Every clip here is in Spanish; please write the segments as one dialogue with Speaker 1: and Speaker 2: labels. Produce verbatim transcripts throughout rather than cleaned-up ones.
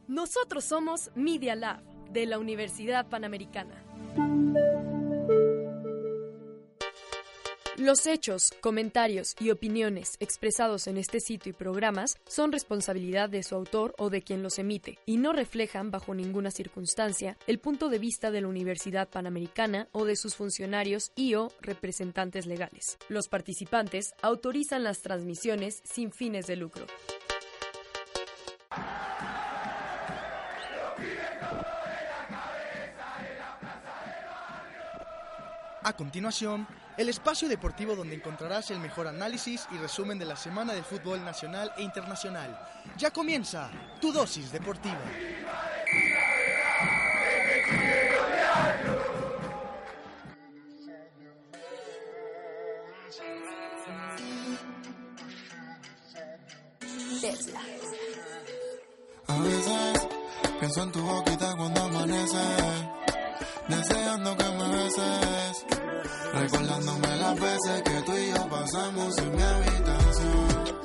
Speaker 1: Nosotros somos Media Lab, de la Universidad Panamericana. Los hechos, comentarios y opiniones expresados en este sitio y programas son responsabilidad de su autor o de quien los emite y no reflejan bajo ninguna circunstancia el punto de vista de la Universidad Panamericana o de sus funcionarios y o representantes legales. Los participantes autorizan las transmisiones sin fines de lucro.
Speaker 2: A continuación, el espacio deportivo donde encontrarás el mejor análisis y resumen de la semana del fútbol nacional e internacional. Ya comienza tu dosis deportiva.
Speaker 3: Tesla.
Speaker 4: A veces pienso en tu boquita cuando amanece, deseando que me beses, recordándome las veces que tú y yo pasamos en mi habitación.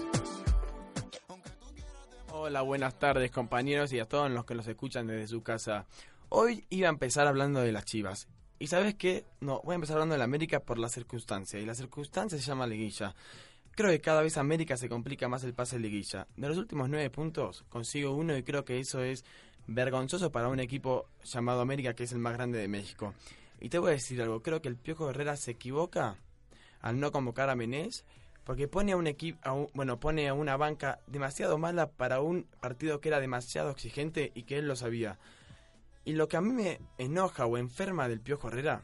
Speaker 5: Hola, buenas tardes compañeros y a todos los que nos escuchan desde su casa. Hoy iba a empezar hablando de las Chivas. ¿Y sabes qué? No, voy a empezar hablando de la América por la circunstancia. Y la circunstancia se llama liguilla. Creo que cada vez América se complica más el pase de liguilla. De los últimos nueve puntos, consigo uno y creo que eso es vergonzoso para un equipo llamado América, que es el más grande de México. Y te voy a decir algo, creo que el Piojo Herrera se equivoca al no convocar a Menés, porque pone a un equipo, bueno, pone a una banca demasiado mala para un partido que era demasiado exigente y que él lo sabía. Y lo que a mí me enoja o enferma del Piojo Herrera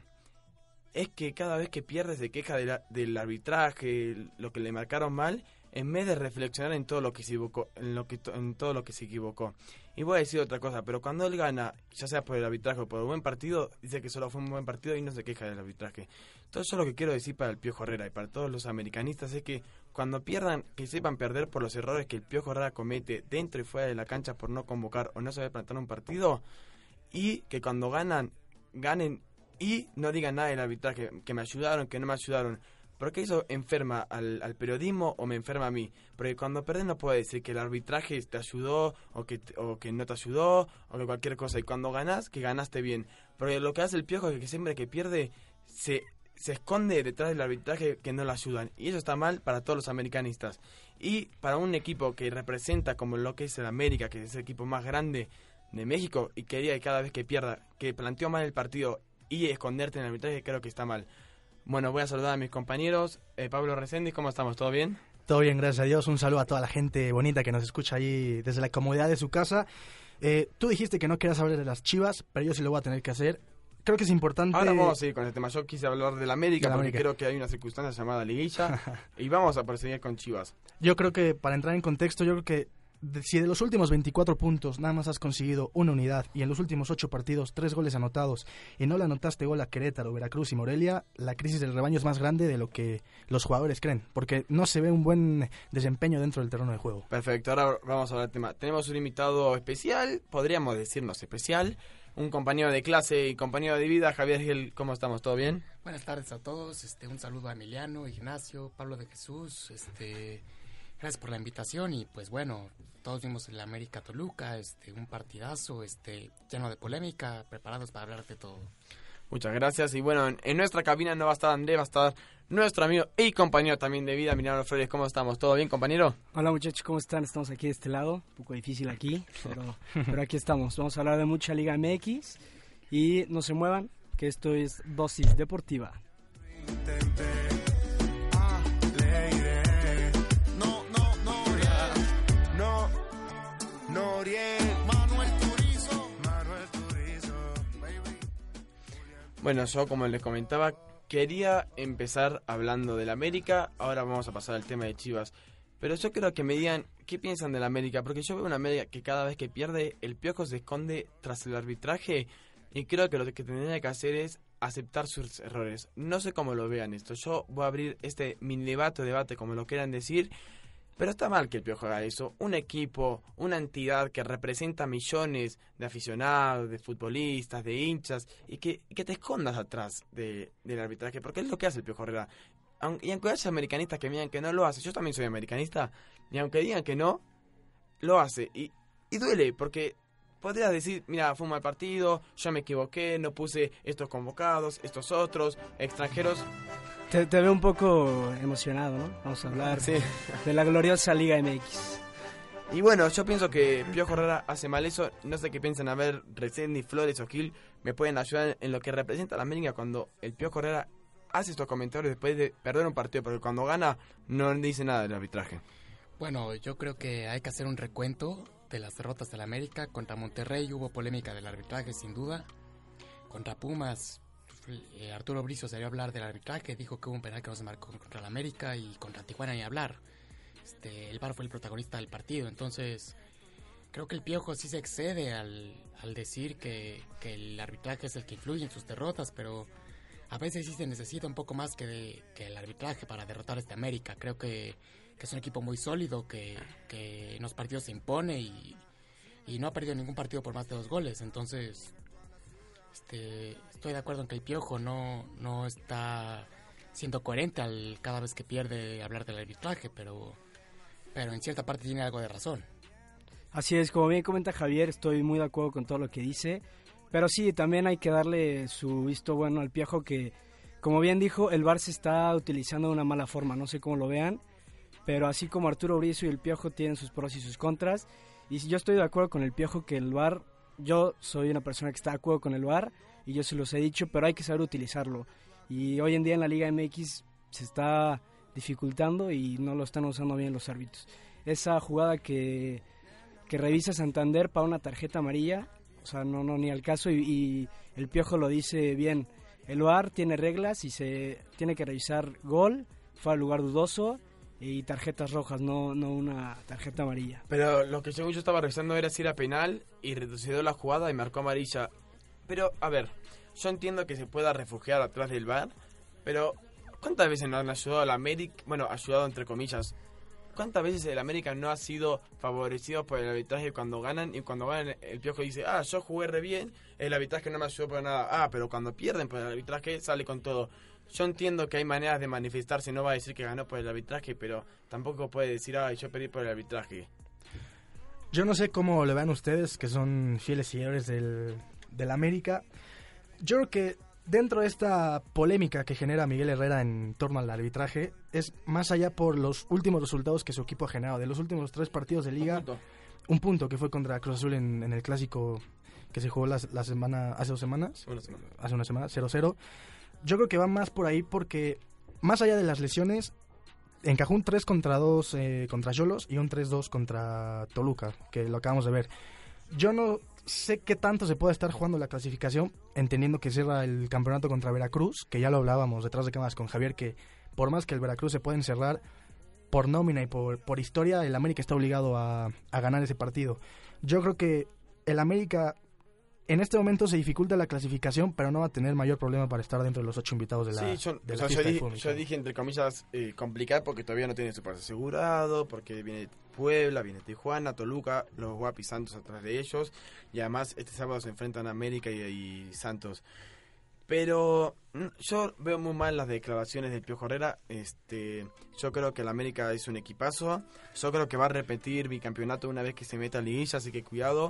Speaker 5: es que cada vez que pierde se queja de la, del arbitraje, lo que le marcaron mal, en vez de reflexionar en todo lo que se equivocó, en lo que en todo lo que se equivocó. Y voy a decir otra cosa, pero cuando él gana, ya sea por el arbitraje o por un buen partido, dice que solo fue un buen partido y no se queja del arbitraje. Entonces yo lo que quiero decir para el Piojo Herrera y para todos los americanistas es que cuando pierdan, que sepan perder por los errores que el Piojo Herrera comete dentro y fuera de la cancha por no convocar o no saber plantar un partido, y que cuando ganan, ganen y no digan nada del arbitraje, que me ayudaron, que no me ayudaron. Porque eso enferma al, al periodismo o me enferma a mí. Porque cuando perdés no puedo decir que el arbitraje te ayudó o que, o que no te ayudó o que cualquier cosa. Y cuando ganás, que ganaste bien. Porque lo que hace el Piojo es que siempre que pierde se, se esconde detrás del arbitraje que no le ayudan. Y eso está mal para todos los americanistas. Y para un equipo que representa como lo que es el América, que es el equipo más grande de México, y quería que cada vez que pierda, que planteó mal el partido y esconderte en el arbitraje, creo que está mal. Bueno, voy a saludar a mis compañeros. Eh, Pablo Reséndiz, ¿cómo estamos? ¿Todo bien?
Speaker 2: Todo bien, gracias a Dios. Un saludo a toda la gente bonita que nos escucha ahí desde la comodidad de su casa. Eh, tú dijiste que no querías hablar de las Chivas, pero yo sí lo voy a tener que hacer. Creo que es importante...
Speaker 5: Ahora vamos a seguir con el tema. Yo quise hablar de la América, de la porque América. Creo que hay una circunstancia llamada liguilla y vamos a proseguir con Chivas.
Speaker 2: Yo creo que, para entrar en contexto, yo creo que De, si de los últimos veinticuatro puntos nada más has conseguido una unidad y en los últimos ocho partidos tres goles anotados y no le anotaste gol a Querétaro, Veracruz y Morelia, la crisis del rebaño es más grande de lo que los jugadores creen, porque no se ve un buen desempeño dentro del terreno de juego.
Speaker 5: Perfecto, ahora vamos a hablar del tema. Tenemos un invitado especial, podríamos decirnos especial, un compañero de clase y compañero de vida, Javier Gil. ¿Cómo estamos? ¿Todo bien?
Speaker 6: Buenas tardes a todos, este, un saludo a Emiliano, Ignacio, Pablo de Jesús, este... Gracias por la invitación y pues bueno, todos vimos el América Toluca, este, un partidazo, este, lleno de polémica, preparados para hablar de todo.
Speaker 5: Muchas gracias y bueno, en, en nuestra cabina no va a estar Andrés, va a estar nuestro amigo y compañero también de vida, Emiliano Flores. ¿Cómo estamos? ¿Todo bien, compañero?
Speaker 7: Hola muchachos, ¿cómo están? Estamos aquí de este lado, un poco difícil aquí, pero, pero aquí estamos. Vamos a hablar de mucha Liga M X y no se muevan, que esto es Dosis Deportiva.
Speaker 5: Bueno, yo como les comentaba, quería empezar hablando del América, ahora vamos a pasar al tema de Chivas. Pero yo quiero que me digan qué piensan del América, porque yo veo una América que cada vez que pierde, el Piojo se esconde tras el arbitraje y creo que lo que tendría que hacer es aceptar sus errores. No sé cómo lo vean esto, yo voy a abrir este mini debate o debate, como lo quieran decir. Pero está mal que el Piojo haga eso. Un equipo, una entidad que representa millones de aficionados, de futbolistas, de hinchas, y que, y que te escondas atrás de, del arbitraje, porque es lo que hace el Piojo Herrera. Aunque, y aunque haya americanistas que me digan que no lo hace, yo también soy americanista, y aunque digan que no, lo hace. Y, y duele, porque podrías decir, mira, fue un mal partido, yo me equivoqué, no puse estos convocados, estos otros, extranjeros.
Speaker 7: Te, te veo un poco emocionado, ¿no? Vamos a hablar
Speaker 5: Sí.
Speaker 7: de la gloriosa Liga M X.
Speaker 5: Y bueno, yo pienso que Piojo Herrera hace mal eso. No sé qué piensan, a ver, Resende, Flores o Gil me pueden ayudar en lo que representa la América cuando el Piojo Herrera hace estos comentarios después de perder un partido, porque cuando gana no dice nada del arbitraje.
Speaker 6: Bueno, yo creo que hay que hacer un recuento de las derrotas de la América. Contra Monterrey hubo polémica del arbitraje, sin duda. Contra Pumas, eh, Arturo Bricio salió a hablar del arbitraje, dijo que hubo un penal que no se marcó contra la América, y contra Tijuana ni hablar. Este, el V A R fue el protagonista del partido, entonces creo que el Piojo sí se excede al, al decir que, que el arbitraje es el que influye en sus derrotas, pero a veces sí se necesita un poco más que, de, que el arbitraje para derrotar a este América. Creo que, que es un equipo muy sólido, que, que en los partidos se impone y, y no ha perdido ningún partido por más de dos goles, entonces este, estoy de acuerdo en que el Piojo no, no está siendo coherente al cada vez que pierde hablar del arbitraje, pero... pero en cierta parte tiene algo de razón.
Speaker 7: Así es, como bien comenta Javier, estoy muy de acuerdo con todo lo que dice, pero sí, también hay que darle su visto bueno al Piojo, que como bien dijo, el V A R se está utilizando de una mala forma, no sé cómo lo vean, pero así como Arturo Bricio y el Piojo tienen sus pros y sus contras, y yo estoy de acuerdo con el Piojo que el V A R, yo soy una persona que está de acuerdo con el V A R, y yo se los he dicho, pero hay que saber utilizarlo, y hoy en día en la Liga M X se está dificultando y no lo están usando bien los árbitros. Esa jugada que, que revisa Santander para una tarjeta amarilla, o sea, no, no ni al caso, y, y el Piojo lo dice bien. El V A R tiene reglas y se tiene que revisar gol, fuera de lugar dudoso y tarjetas rojas, no, no una tarjeta amarilla.
Speaker 5: Pero lo que según yo estaba revisando era si era penal y retrocedió la jugada y marcó amarilla. Pero, a ver, yo entiendo que se pueda refugiar atrás del V A R, pero ¿cuántas veces nos han ayudado a la América? Bueno, ayudado entre comillas. ¿Cuántas veces el América no ha sido favorecido por el arbitraje cuando ganan? Y cuando ganan, el Piojo dice, ah, yo jugué re bien, el arbitraje no me ayudó por nada. Ah, pero cuando pierden por el arbitraje, sale con todo. Yo entiendo que hay maneras de manifestarse, no va a decir que ganó por el arbitraje, pero tampoco puede decir, ah, yo perdí por el arbitraje.
Speaker 2: Yo no sé cómo le vean ustedes, que son fieles seguidores del, del América. Yo creo que dentro de esta polémica que genera Miguel Herrera en torno al arbitraje, es más allá por los últimos resultados que su equipo ha generado. De los últimos tres partidos de liga, un punto, un punto que fue contra Cruz Azul en, en el clásico que se jugó la, la semana hace dos semanas,
Speaker 5: una semana.
Speaker 2: hace una semana, cero cero. Yo creo que va más por ahí porque, más allá de las lesiones, encajó un tres contra dos eh, contra Xolos y un tres dos contra Toluca, que lo acabamos de ver. Yo no sé qué tanto se puede estar jugando la clasificación, entendiendo que cierra el campeonato contra Veracruz, que ya lo hablábamos detrás de cámaras con Javier, que por más que el Veracruz se puede encerrar por nómina y por, por historia, el América está obligado a, a ganar ese partido. Yo creo que el América en este momento se dificulta la clasificación, pero no va a tener mayor problema para estar dentro de los ocho invitados de la,
Speaker 5: sí, yo,
Speaker 2: de
Speaker 5: o
Speaker 2: la
Speaker 5: sea,
Speaker 2: fiesta
Speaker 5: yo,
Speaker 2: de
Speaker 5: di,
Speaker 2: fútbol.
Speaker 5: yo dije entre comillas eh, complicar porque todavía no tiene su pase asegurado, porque viene Puebla, viene Tijuana, Toluca, los Guapi Santos atrás de ellos, y además este sábado se enfrentan a América y, y Santos. Pero yo veo muy mal las declaraciones del Piojo Herrera. Este, yo creo que el América es un equipazo. Yo creo que va a repetir bicampeonato una vez que se meta a liguilla, así que cuidado.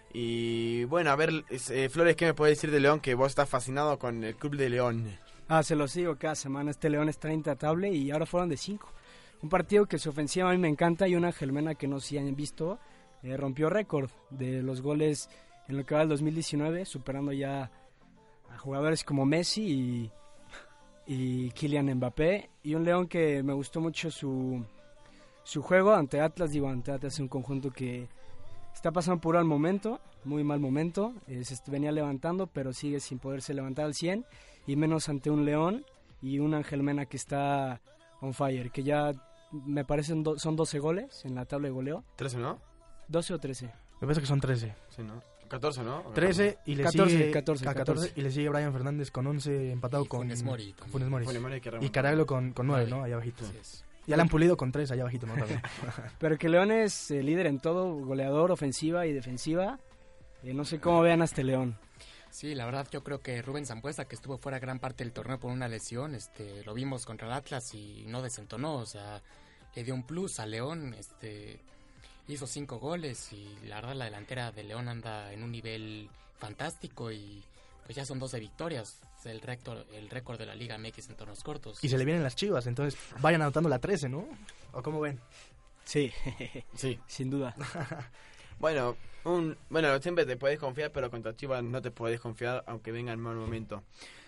Speaker 5: Y bueno, a ver, eh, Flores, ¿qué me puedes decir de León? Que vos estás fascinado con el Club de León.
Speaker 7: Ah, se los digo cada semana, este León está intratable y ahora fueron de cinco. Un partido que su ofensiva a mí me encanta y una Gelmena que no sé si han visto, eh, rompió récord de los goles en lo que va del dos mil diecinueve, superando ya a jugadores como Messi y, y Kylian Mbappé. Y un León que me gustó mucho su, su juego ante Atlas, digo, ante Atlas es un conjunto que está pasando por un mal momento, muy mal momento, eh, se venía levantando, pero sigue sin poderse levantar al cien, y menos ante un León y un Ángel Mena que está on fire, que ya me parecen do, son doce goles en la tabla de goleo.
Speaker 5: ¿trece, no?
Speaker 7: ¿doce o trece?
Speaker 2: Me parece que son trece.
Speaker 5: Sí, ¿no? catorce, ¿no?
Speaker 2: trece y le
Speaker 7: catorce,
Speaker 2: sigue
Speaker 7: catorce,
Speaker 2: a catorce,
Speaker 7: catorce.
Speaker 2: y le sigue Brian Fernández con once, empatado
Speaker 6: Y
Speaker 2: con
Speaker 6: Funes Mori
Speaker 2: con Funes Mori.
Speaker 5: Funes Mori que
Speaker 2: Y
Speaker 5: remonta.
Speaker 2: Caraglio con, con nueve, ¿no? Allá abajito.
Speaker 6: Así es.
Speaker 2: Y Alan Pulido con tres allá abajito, ¿no? También.
Speaker 7: Pero que León es eh, líder en todo, goleador, ofensiva y defensiva. Eh, no sé cómo vean a este León.
Speaker 6: Sí, la verdad yo creo que Rubén Sambueza, que estuvo fuera gran parte del torneo por una lesión, este, lo vimos contra el Atlas y no desentonó, o sea, le dio un plus a León, este, hizo cinco goles y la verdad la delantera de León anda en un nivel fantástico y pues ya son doce victorias, el récord, el récord de la Liga M X en torneos cortos.
Speaker 2: Y se le vienen las Chivas, entonces vayan anotando la trece, ¿no? ¿O cómo ven?
Speaker 7: Sí,
Speaker 5: Sí.
Speaker 7: sin duda.
Speaker 5: Bueno, un, bueno, siempre te puedes confiar, pero contra Chivas no te puedes confiar, aunque venga el mal momento.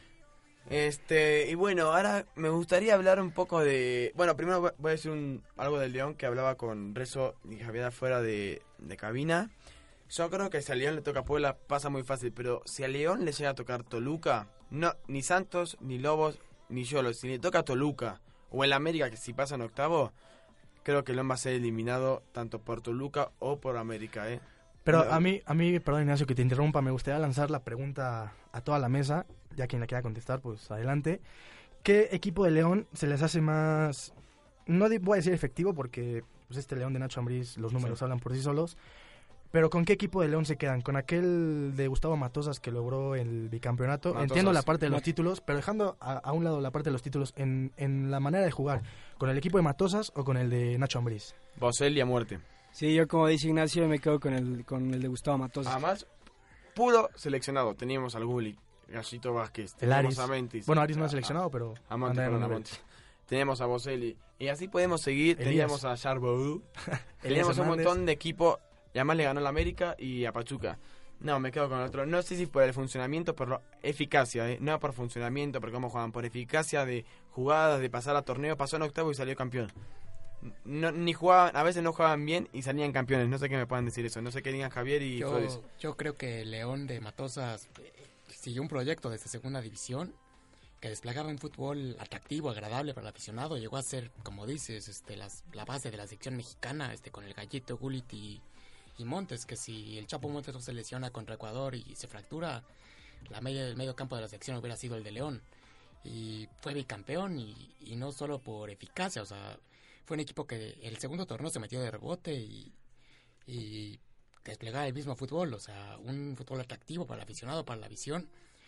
Speaker 5: Este, y bueno, ahora me gustaría hablar un poco de... Bueno, primero voy a decir un, algo del León que hablaba con Rezo y Javier afuera de, de cabina. Yo creo que si a León le toca Puebla pasa muy fácil, pero si a León le llega a tocar Toluca, no, ni Santos, ni Lobos, ni Xolos, si le toca Toluca o el América, que si pasa en octavo, creo que León va a ser eliminado tanto por Toluca o por América, ¿eh?
Speaker 2: Pero
Speaker 5: Bueno,
Speaker 2: a mí, a mí, perdón Ignacio que te interrumpa, me gustaría lanzar la pregunta a toda la mesa, ya quien la quiera contestar, pues adelante. ¿Qué equipo de León se les hace más, no di- voy a decir efectivo porque pues este León de Nacho Ambriz, los números
Speaker 5: Sí.
Speaker 2: hablan por sí solos, pero ¿con qué equipo de León se quedan? ¿Con aquel de Gustavo Matosas que logró el bicampeonato?
Speaker 5: Matosas.
Speaker 2: Entiendo la parte de los títulos, pero dejando a, a un lado la parte de los títulos, en, en la manera de jugar, ¿con el equipo de Matosas o con el de Nacho Ambriz?
Speaker 5: Boselli a muerte.
Speaker 7: Sí, yo como dice Ignacio me quedo con el con el de Gustavo Matosas.
Speaker 5: Además, puro seleccionado. Teníamos al Gulli, Gallito Vázquez,
Speaker 2: El
Speaker 5: teníamos
Speaker 2: Aris.
Speaker 5: a Mentis.
Speaker 2: Bueno, Aris no
Speaker 5: a-
Speaker 2: es seleccionado, pero
Speaker 5: A Monte,
Speaker 2: anda en
Speaker 5: perdón,
Speaker 2: un
Speaker 5: a
Speaker 2: nivel.
Speaker 5: Monte. Teníamos a Boselli. Y así podemos seguir.
Speaker 2: Elías.
Speaker 5: Teníamos a Charbou.
Speaker 2: Elías
Speaker 5: Teníamos un
Speaker 2: Hernández.
Speaker 5: montón de equipos. Y además le ganó la América y a Pachuca. No, me quedo con el otro. No sé si por el funcionamiento, por la eficacia. ¿eh? No por funcionamiento, por cómo juegan. Por eficacia de jugadas, de pasar a torneo. Pasó en octavo y salió campeón. No, ni jugaban, a veces no jugaban bien y salían campeones. No sé qué me puedan decir eso. No sé qué digan Javier y Flores.
Speaker 6: Yo, yo creo que León de Matosas eh, siguió un proyecto desde segunda división que desplegaba un fútbol atractivo, agradable para el aficionado. Llegó a ser, como dices, este, las, la base de la sección mexicana, este, con el Gallito, Gullit y, y Montes, que si el Chapo Montes no se lesiona contra Ecuador y se fractura, la media, el medio campo de la sección hubiera sido el de León. Y fue bicampeón y, y no solo por eficacia, o sea, fue un equipo que el segundo torneo se metió de rebote y, y desplegaba el mismo fútbol, o sea, un fútbol atractivo para el aficionado, para la visión.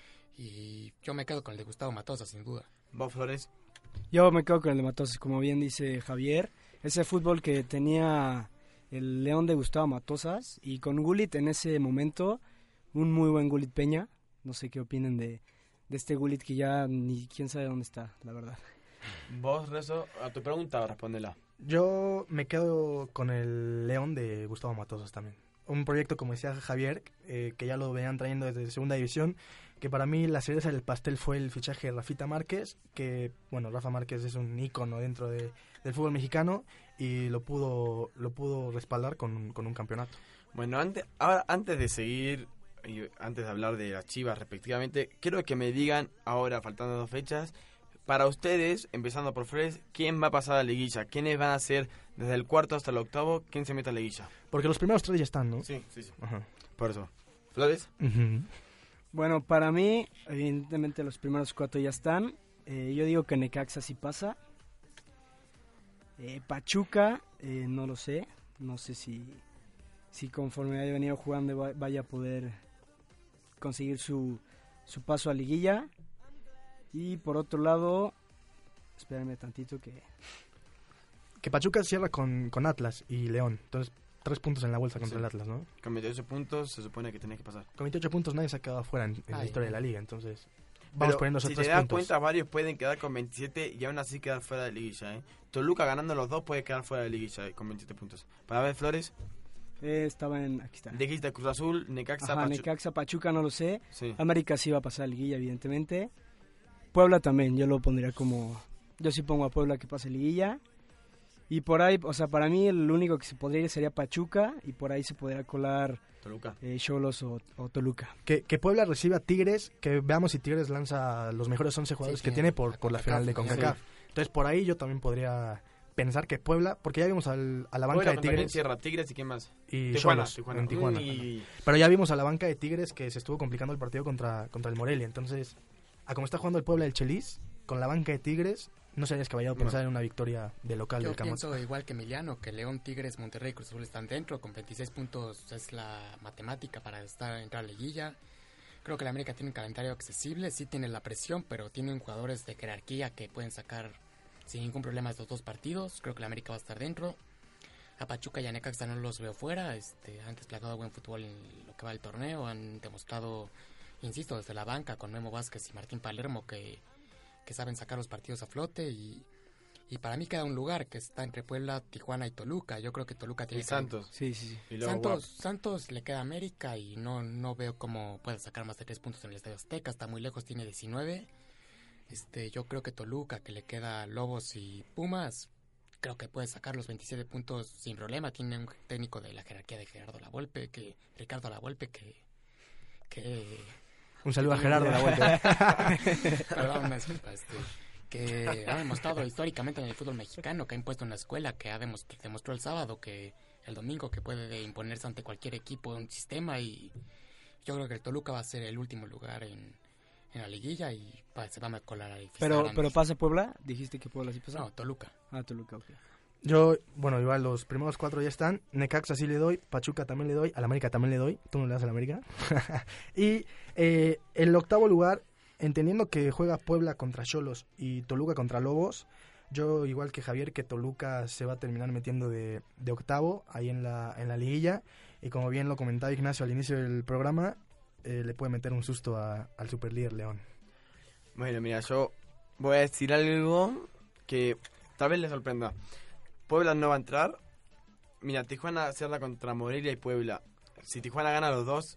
Speaker 6: Y yo me quedo con el de Gustavo Matosas, sin duda.
Speaker 5: ¿Vos, Flores?
Speaker 7: Yo me quedo con el de Matosas, como bien dice Javier. Ese fútbol que tenía el León de Gustavo Matosas y con Gullit en ese momento, un muy buen Gullit Peña. No sé qué opinen de, de este Gullit que ya ni quién sabe dónde está, la verdad.
Speaker 5: Vos, Rezo, a tu pregunta, respóndela.
Speaker 2: Yo me quedo con el León de Gustavo Matosas también. Un proyecto, como decía Javier, eh, que ya lo venían trayendo desde segunda división, que para mí la cereza del pastel fue el fichaje de Rafita Márquez, que, bueno, Rafa Márquez es un ícono dentro de, del fútbol mexicano y lo pudo lo pudo respaldar con, con un campeonato.
Speaker 5: Bueno, antes, ahora, antes de seguir y antes de hablar de las Chivas respectivamente, quiero que me digan ahora, faltando dos fechas, para ustedes, empezando por Flores, ¿quién va a pasar a la liguilla? ¿Quiénes van a ser desde el cuarto hasta el octavo? ¿Quién se mete a la liguilla?
Speaker 2: Porque los primeros tres ya están, ¿no?
Speaker 5: Sí, sí, sí.
Speaker 2: Ajá.
Speaker 5: Por eso. ¿Flores?
Speaker 2: Ujú.
Speaker 7: Bueno, para mí, evidentemente los primeros cuatro ya están. Eh, yo digo que Necaxa sí pasa. Eh, Pachuca, eh, no lo sé. No sé si, si conforme haya venido jugando va- vaya a poder conseguir su, su paso a liguilla. Y por otro lado, espérame tantito que...
Speaker 2: Que Pachuca cierra con, con Atlas y León. Entonces, tres puntos en la bolsa contra
Speaker 5: Sí.
Speaker 2: el Atlas, ¿no?
Speaker 5: Con veintiocho puntos se supone que tenés que pasar.
Speaker 2: Con veintiocho puntos nadie se ha quedado afuera en, en la
Speaker 6: Ay,
Speaker 2: historia
Speaker 6: no.
Speaker 2: de la liga. Entonces, vamos
Speaker 5: Pero
Speaker 2: poniendo esos
Speaker 5: si
Speaker 2: tres
Speaker 5: te das
Speaker 2: puntos.
Speaker 5: cuenta, varios pueden quedar con veintisiete y aún así quedar fuera de liguilla, ¿eh? Toluca ganando los dos puede quedar fuera de liguilla eh, con veintisiete puntos. Para ver, Flores,
Speaker 7: Eh, estaba en... Aquí está.
Speaker 5: dijiste Cruz Azul, Necaxa,
Speaker 7: Ajá,
Speaker 5: Pachu-
Speaker 7: Necaxa, Pachuca, no lo sé.
Speaker 5: Sí.
Speaker 7: América sí va a pasar a liguilla, evidentemente. Puebla también, yo lo pondría como... Yo sí pongo a Puebla que pase liguilla. Y por ahí, o sea, para mí el único que se podría ir sería Pachuca. Y por ahí se podría colar
Speaker 5: Toluca.
Speaker 7: eh, Xolos o, o Toluca.
Speaker 2: Que, que Puebla reciba a Tigres, que veamos si Tigres lanza los mejores once jugadores
Speaker 6: Sí,
Speaker 2: que
Speaker 6: sí,
Speaker 2: tiene por, por la
Speaker 6: CONCACAF,
Speaker 2: final de
Speaker 6: sí.
Speaker 2: CONCACAF. Entonces, por ahí yo también podría pensar que Puebla, porque ya vimos al, a la banca
Speaker 5: Bueno,
Speaker 2: de
Speaker 5: ¿contra quién
Speaker 2: Tigres
Speaker 5: cierra? Tigres y quién más.
Speaker 2: y
Speaker 5: Tijuana,
Speaker 2: Xolos
Speaker 5: Tijuana.
Speaker 2: en Tijuana.
Speaker 5: Y-
Speaker 2: Pero ya vimos a la banca de Tigres que se estuvo complicando el partido contra, contra el Morelia. Entonces, a como está jugando el Puebla del Chelis, con la banca de Tigres, no sería descabellado
Speaker 5: No.
Speaker 2: pensar en una victoria de local
Speaker 6: Yo
Speaker 2: del Camacho.
Speaker 6: pienso igual que Emiliano, que León, Tigres, Monterrey y Cruz Azul están dentro, con veintiséis puntos es la matemática para estar entrar a la liguilla. Creo que la América tiene un calendario accesible, sí tiene la presión, pero tienen jugadores de jerarquía que pueden sacar sin ningún problema estos dos partidos. Creo que la América va a estar dentro. a Pachuca y a Necaxa no los veo fuera. Este, han desplegado buen fútbol en lo que va del torneo. Han demostrado, insisto, desde la banca con Memo Vázquez y Martín Palermo que, que saben sacar los partidos a flote. Y, y para mí queda un lugar que está entre Puebla, Tijuana y Toluca. Yo creo que Toluca tiene
Speaker 5: Y Santos.
Speaker 6: Que,
Speaker 7: Sí, sí, sí.
Speaker 5: Y luego
Speaker 6: Santos,
Speaker 5: Guap.
Speaker 6: Santos le queda a América y no, no veo cómo puede sacar más de tres puntos en el Estadio Azteca. Está muy lejos, tiene diecinueve. Este, yo creo que Toluca, que le queda Lobos y Pumas, creo que puede sacar los veintisiete puntos sin problema. Tiene un técnico de la jerarquía de Gerardo Lavolpe, que Ricardo Lavolpe, que... que
Speaker 2: Un saludo a Gerardo la vuelta.
Speaker 6: perdón, una disculpa, este, que ha demostrado históricamente en el fútbol mexicano, que ha impuesto una escuela, que ha demostrado, demostró el sábado, que el domingo, que puede imponerse ante cualquier equipo un sistema. Y yo creo que el Toluca va a ser el último lugar en, en la liguilla y va, se va a colar ahí.
Speaker 7: Pero, pero pasa Puebla, dijiste que Puebla sí pasa.
Speaker 6: No, Toluca.
Speaker 7: Ah, Toluca, ok.
Speaker 2: Yo, bueno, igual los primeros cuatro ya están. Necaxa sí le doy, Pachuca también le doy, al América también le doy. Tú no le das al América. Y eh, el octavo lugar, entendiendo que juega Puebla contra Xolos y Toluca contra Lobos, yo igual que Javier, que Toluca se va a terminar metiendo de, de octavo ahí en la, en la liguilla. Y como bien lo comentaba Ignacio al inicio del programa, eh, le puede meter un susto a, al superlíder León.
Speaker 5: Bueno, mira, yo voy a decir algo que tal vez les sorprenda. Puebla no va a entrar. Mira, Tijuana cierra contra Morelia y Puebla. Si Tijuana gana los dos,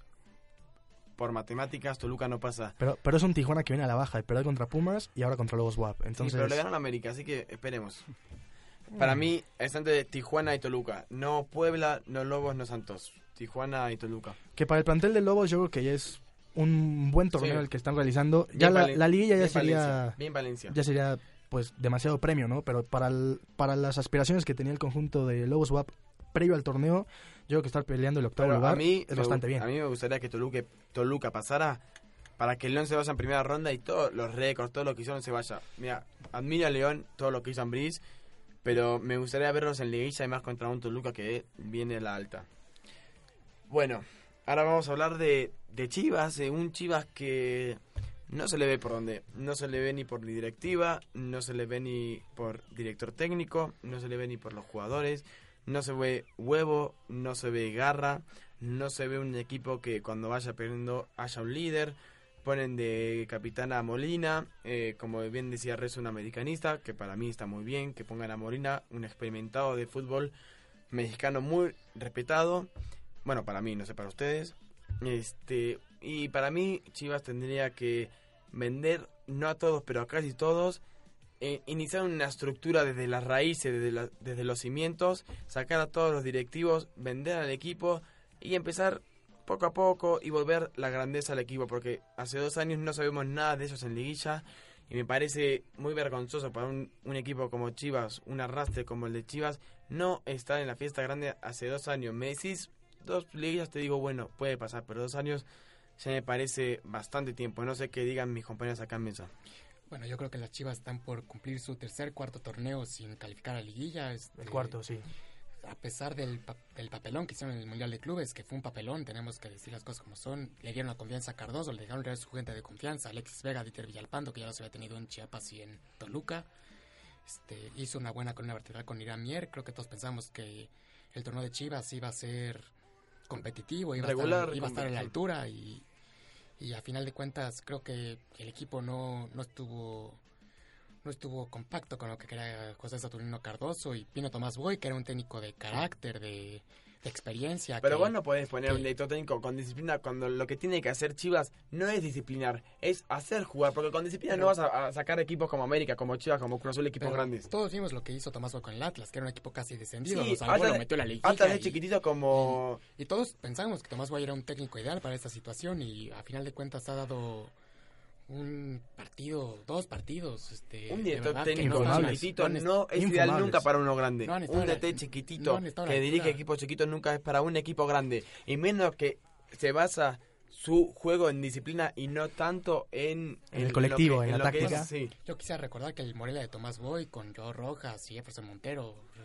Speaker 5: por matemáticas, Toluca no pasa.
Speaker 2: Pero, pero es un Tijuana que viene a la baja, perdió contra Pumas y ahora contra Lobos W A P. Entonces...
Speaker 5: Sí, pero le ganan a América, así que esperemos. Para mí, es entre Tijuana y Toluca. No Puebla, no Lobos, no Santos. Tijuana y Toluca.
Speaker 2: Que para el plantel de Lobos yo creo que ya es un buen torneo
Speaker 5: Sí.
Speaker 2: el que están realizando. Ya
Speaker 5: Bien
Speaker 2: la,
Speaker 5: Valen-
Speaker 2: la liguilla ya
Speaker 5: bien
Speaker 2: sería...
Speaker 5: Valencia, bien Valencia.
Speaker 2: Ya sería pues demasiado premio, ¿no? Pero para el- para las aspiraciones que tenía el conjunto de Lobos W A P previo al torneo, yo creo que estar peleando el octavo
Speaker 5: Pero
Speaker 2: lugar
Speaker 5: a mí,
Speaker 2: es
Speaker 5: me
Speaker 2: bastante
Speaker 5: gu-
Speaker 2: bien.
Speaker 5: A mí me gustaría que Toluca, Toluca pasara para que el León se vaya en primera ronda y todos los récords, todo lo que hicieron se vaya. Mira, admiro a León, todo lo que hizo Ambriz, pero me gustaría verlos en liguilla y más contra un Toluca que viene a la alta. Bueno, ahora vamos a hablar de, de Chivas, de un Chivas que no se le ve por dónde. No se le ve ni por directiva, no se le ve ni por director técnico, no se le ve ni por los jugadores. No se ve huevo, no se ve garra, no se ve un equipo que cuando vaya perdiendo haya un líder. Ponen de capitana a Molina, eh, como bien decía Rezo, un americanista, que para mí está muy bien, que pongan a Molina, un experimentado de fútbol mexicano muy respetado. Bueno, para mí, no sé para ustedes. Este, y para mí Chivas tendría que vender, no a todos, pero a casi todos, Eh, iniciar una estructura desde las raíces, desde, la, desde los cimientos, sacar a todos los directivos, vender al equipo y empezar poco a poco y volver la grandeza al equipo, porque hace dos años no sabemos nada de ellos en liguilla y me parece muy vergonzoso para un, un equipo como Chivas, un arrastre como el de Chivas, no estar en la fiesta grande hace dos años. Me decís dos liguillas, te digo, bueno, puede pasar, pero dos años ya me parece bastante tiempo. No sé qué digan mis compañeros acá en mesa.
Speaker 6: Bueno, yo creo que las Chivas están por cumplir su tercer, cuarto torneo sin calificar a liguilla. Este,
Speaker 2: El cuarto, sí.
Speaker 6: A pesar del, pa- del papelón que hicieron en el Mundial de Clubes, que fue un papelón, tenemos que decir las cosas como son. Le dieron la confianza a Cardoso, le dejaron real su gente de confianza, Alexis Vega, Dieter Villalpando, que ya los había tenido en Chiapas y en Toluca. Este, hizo una buena columna vertebral con Irán Mier. Creo que todos pensamos que el torneo de Chivas iba a ser competitivo, iba,
Speaker 5: Regular,
Speaker 6: a, estar, iba a estar a la
Speaker 5: competitivo.
Speaker 6: altura y... Y a final de cuentas creo que el equipo no, no estuvo no estuvo compacto con lo que quería José Saturnino Cardoso y Pino Tomás Boy, que era un técnico de carácter, de, de experiencia.
Speaker 5: Pero
Speaker 6: que,
Speaker 5: vos no podés poner
Speaker 6: que-
Speaker 5: un director técnico con disciplina cuando lo que tiene que hacer Chivas no es disciplinar, es hacer jugar, porque con disciplina
Speaker 6: Pero-
Speaker 5: no vas a, a sacar equipos como América, como Chivas, como Cruz Azul, equipos
Speaker 6: pero
Speaker 5: grandes.
Speaker 6: Todos vimos lo que hizo Tomás Boy con el Atlas, que era un equipo casi descendido,
Speaker 5: Sí,
Speaker 6: lo salvó,
Speaker 5: Atlas-
Speaker 6: lo metió en la liguilla.
Speaker 5: Atlas de
Speaker 6: y-
Speaker 5: chiquitito como...
Speaker 6: Y todos pensamos que Tomás Boy era un técnico ideal para esta situación y a final de cuentas ha dado un partido, dos partidos. Este,
Speaker 5: Un
Speaker 6: de
Speaker 5: director
Speaker 6: verdad que
Speaker 5: técnico
Speaker 6: no están-
Speaker 5: chiquitito
Speaker 6: no han-
Speaker 5: no es ideal
Speaker 2: infumables.
Speaker 5: nunca para uno grande.
Speaker 6: No han estado
Speaker 5: Un
Speaker 6: a la-
Speaker 5: D T chiquitito
Speaker 6: no han estado a la
Speaker 5: que dirige
Speaker 6: altura.
Speaker 5: equipos chiquitos nunca es para un equipo grande. Y menos que se basa su juego en disciplina y no tanto en...
Speaker 2: En el
Speaker 5: lo
Speaker 2: colectivo,
Speaker 5: que-
Speaker 2: en la
Speaker 5: lo que es-
Speaker 2: táctica.
Speaker 5: sí.
Speaker 6: Yo quisiera recordar que el Morelia de Tomás Boy con Joao Rojas y Jefferson Montero, eh,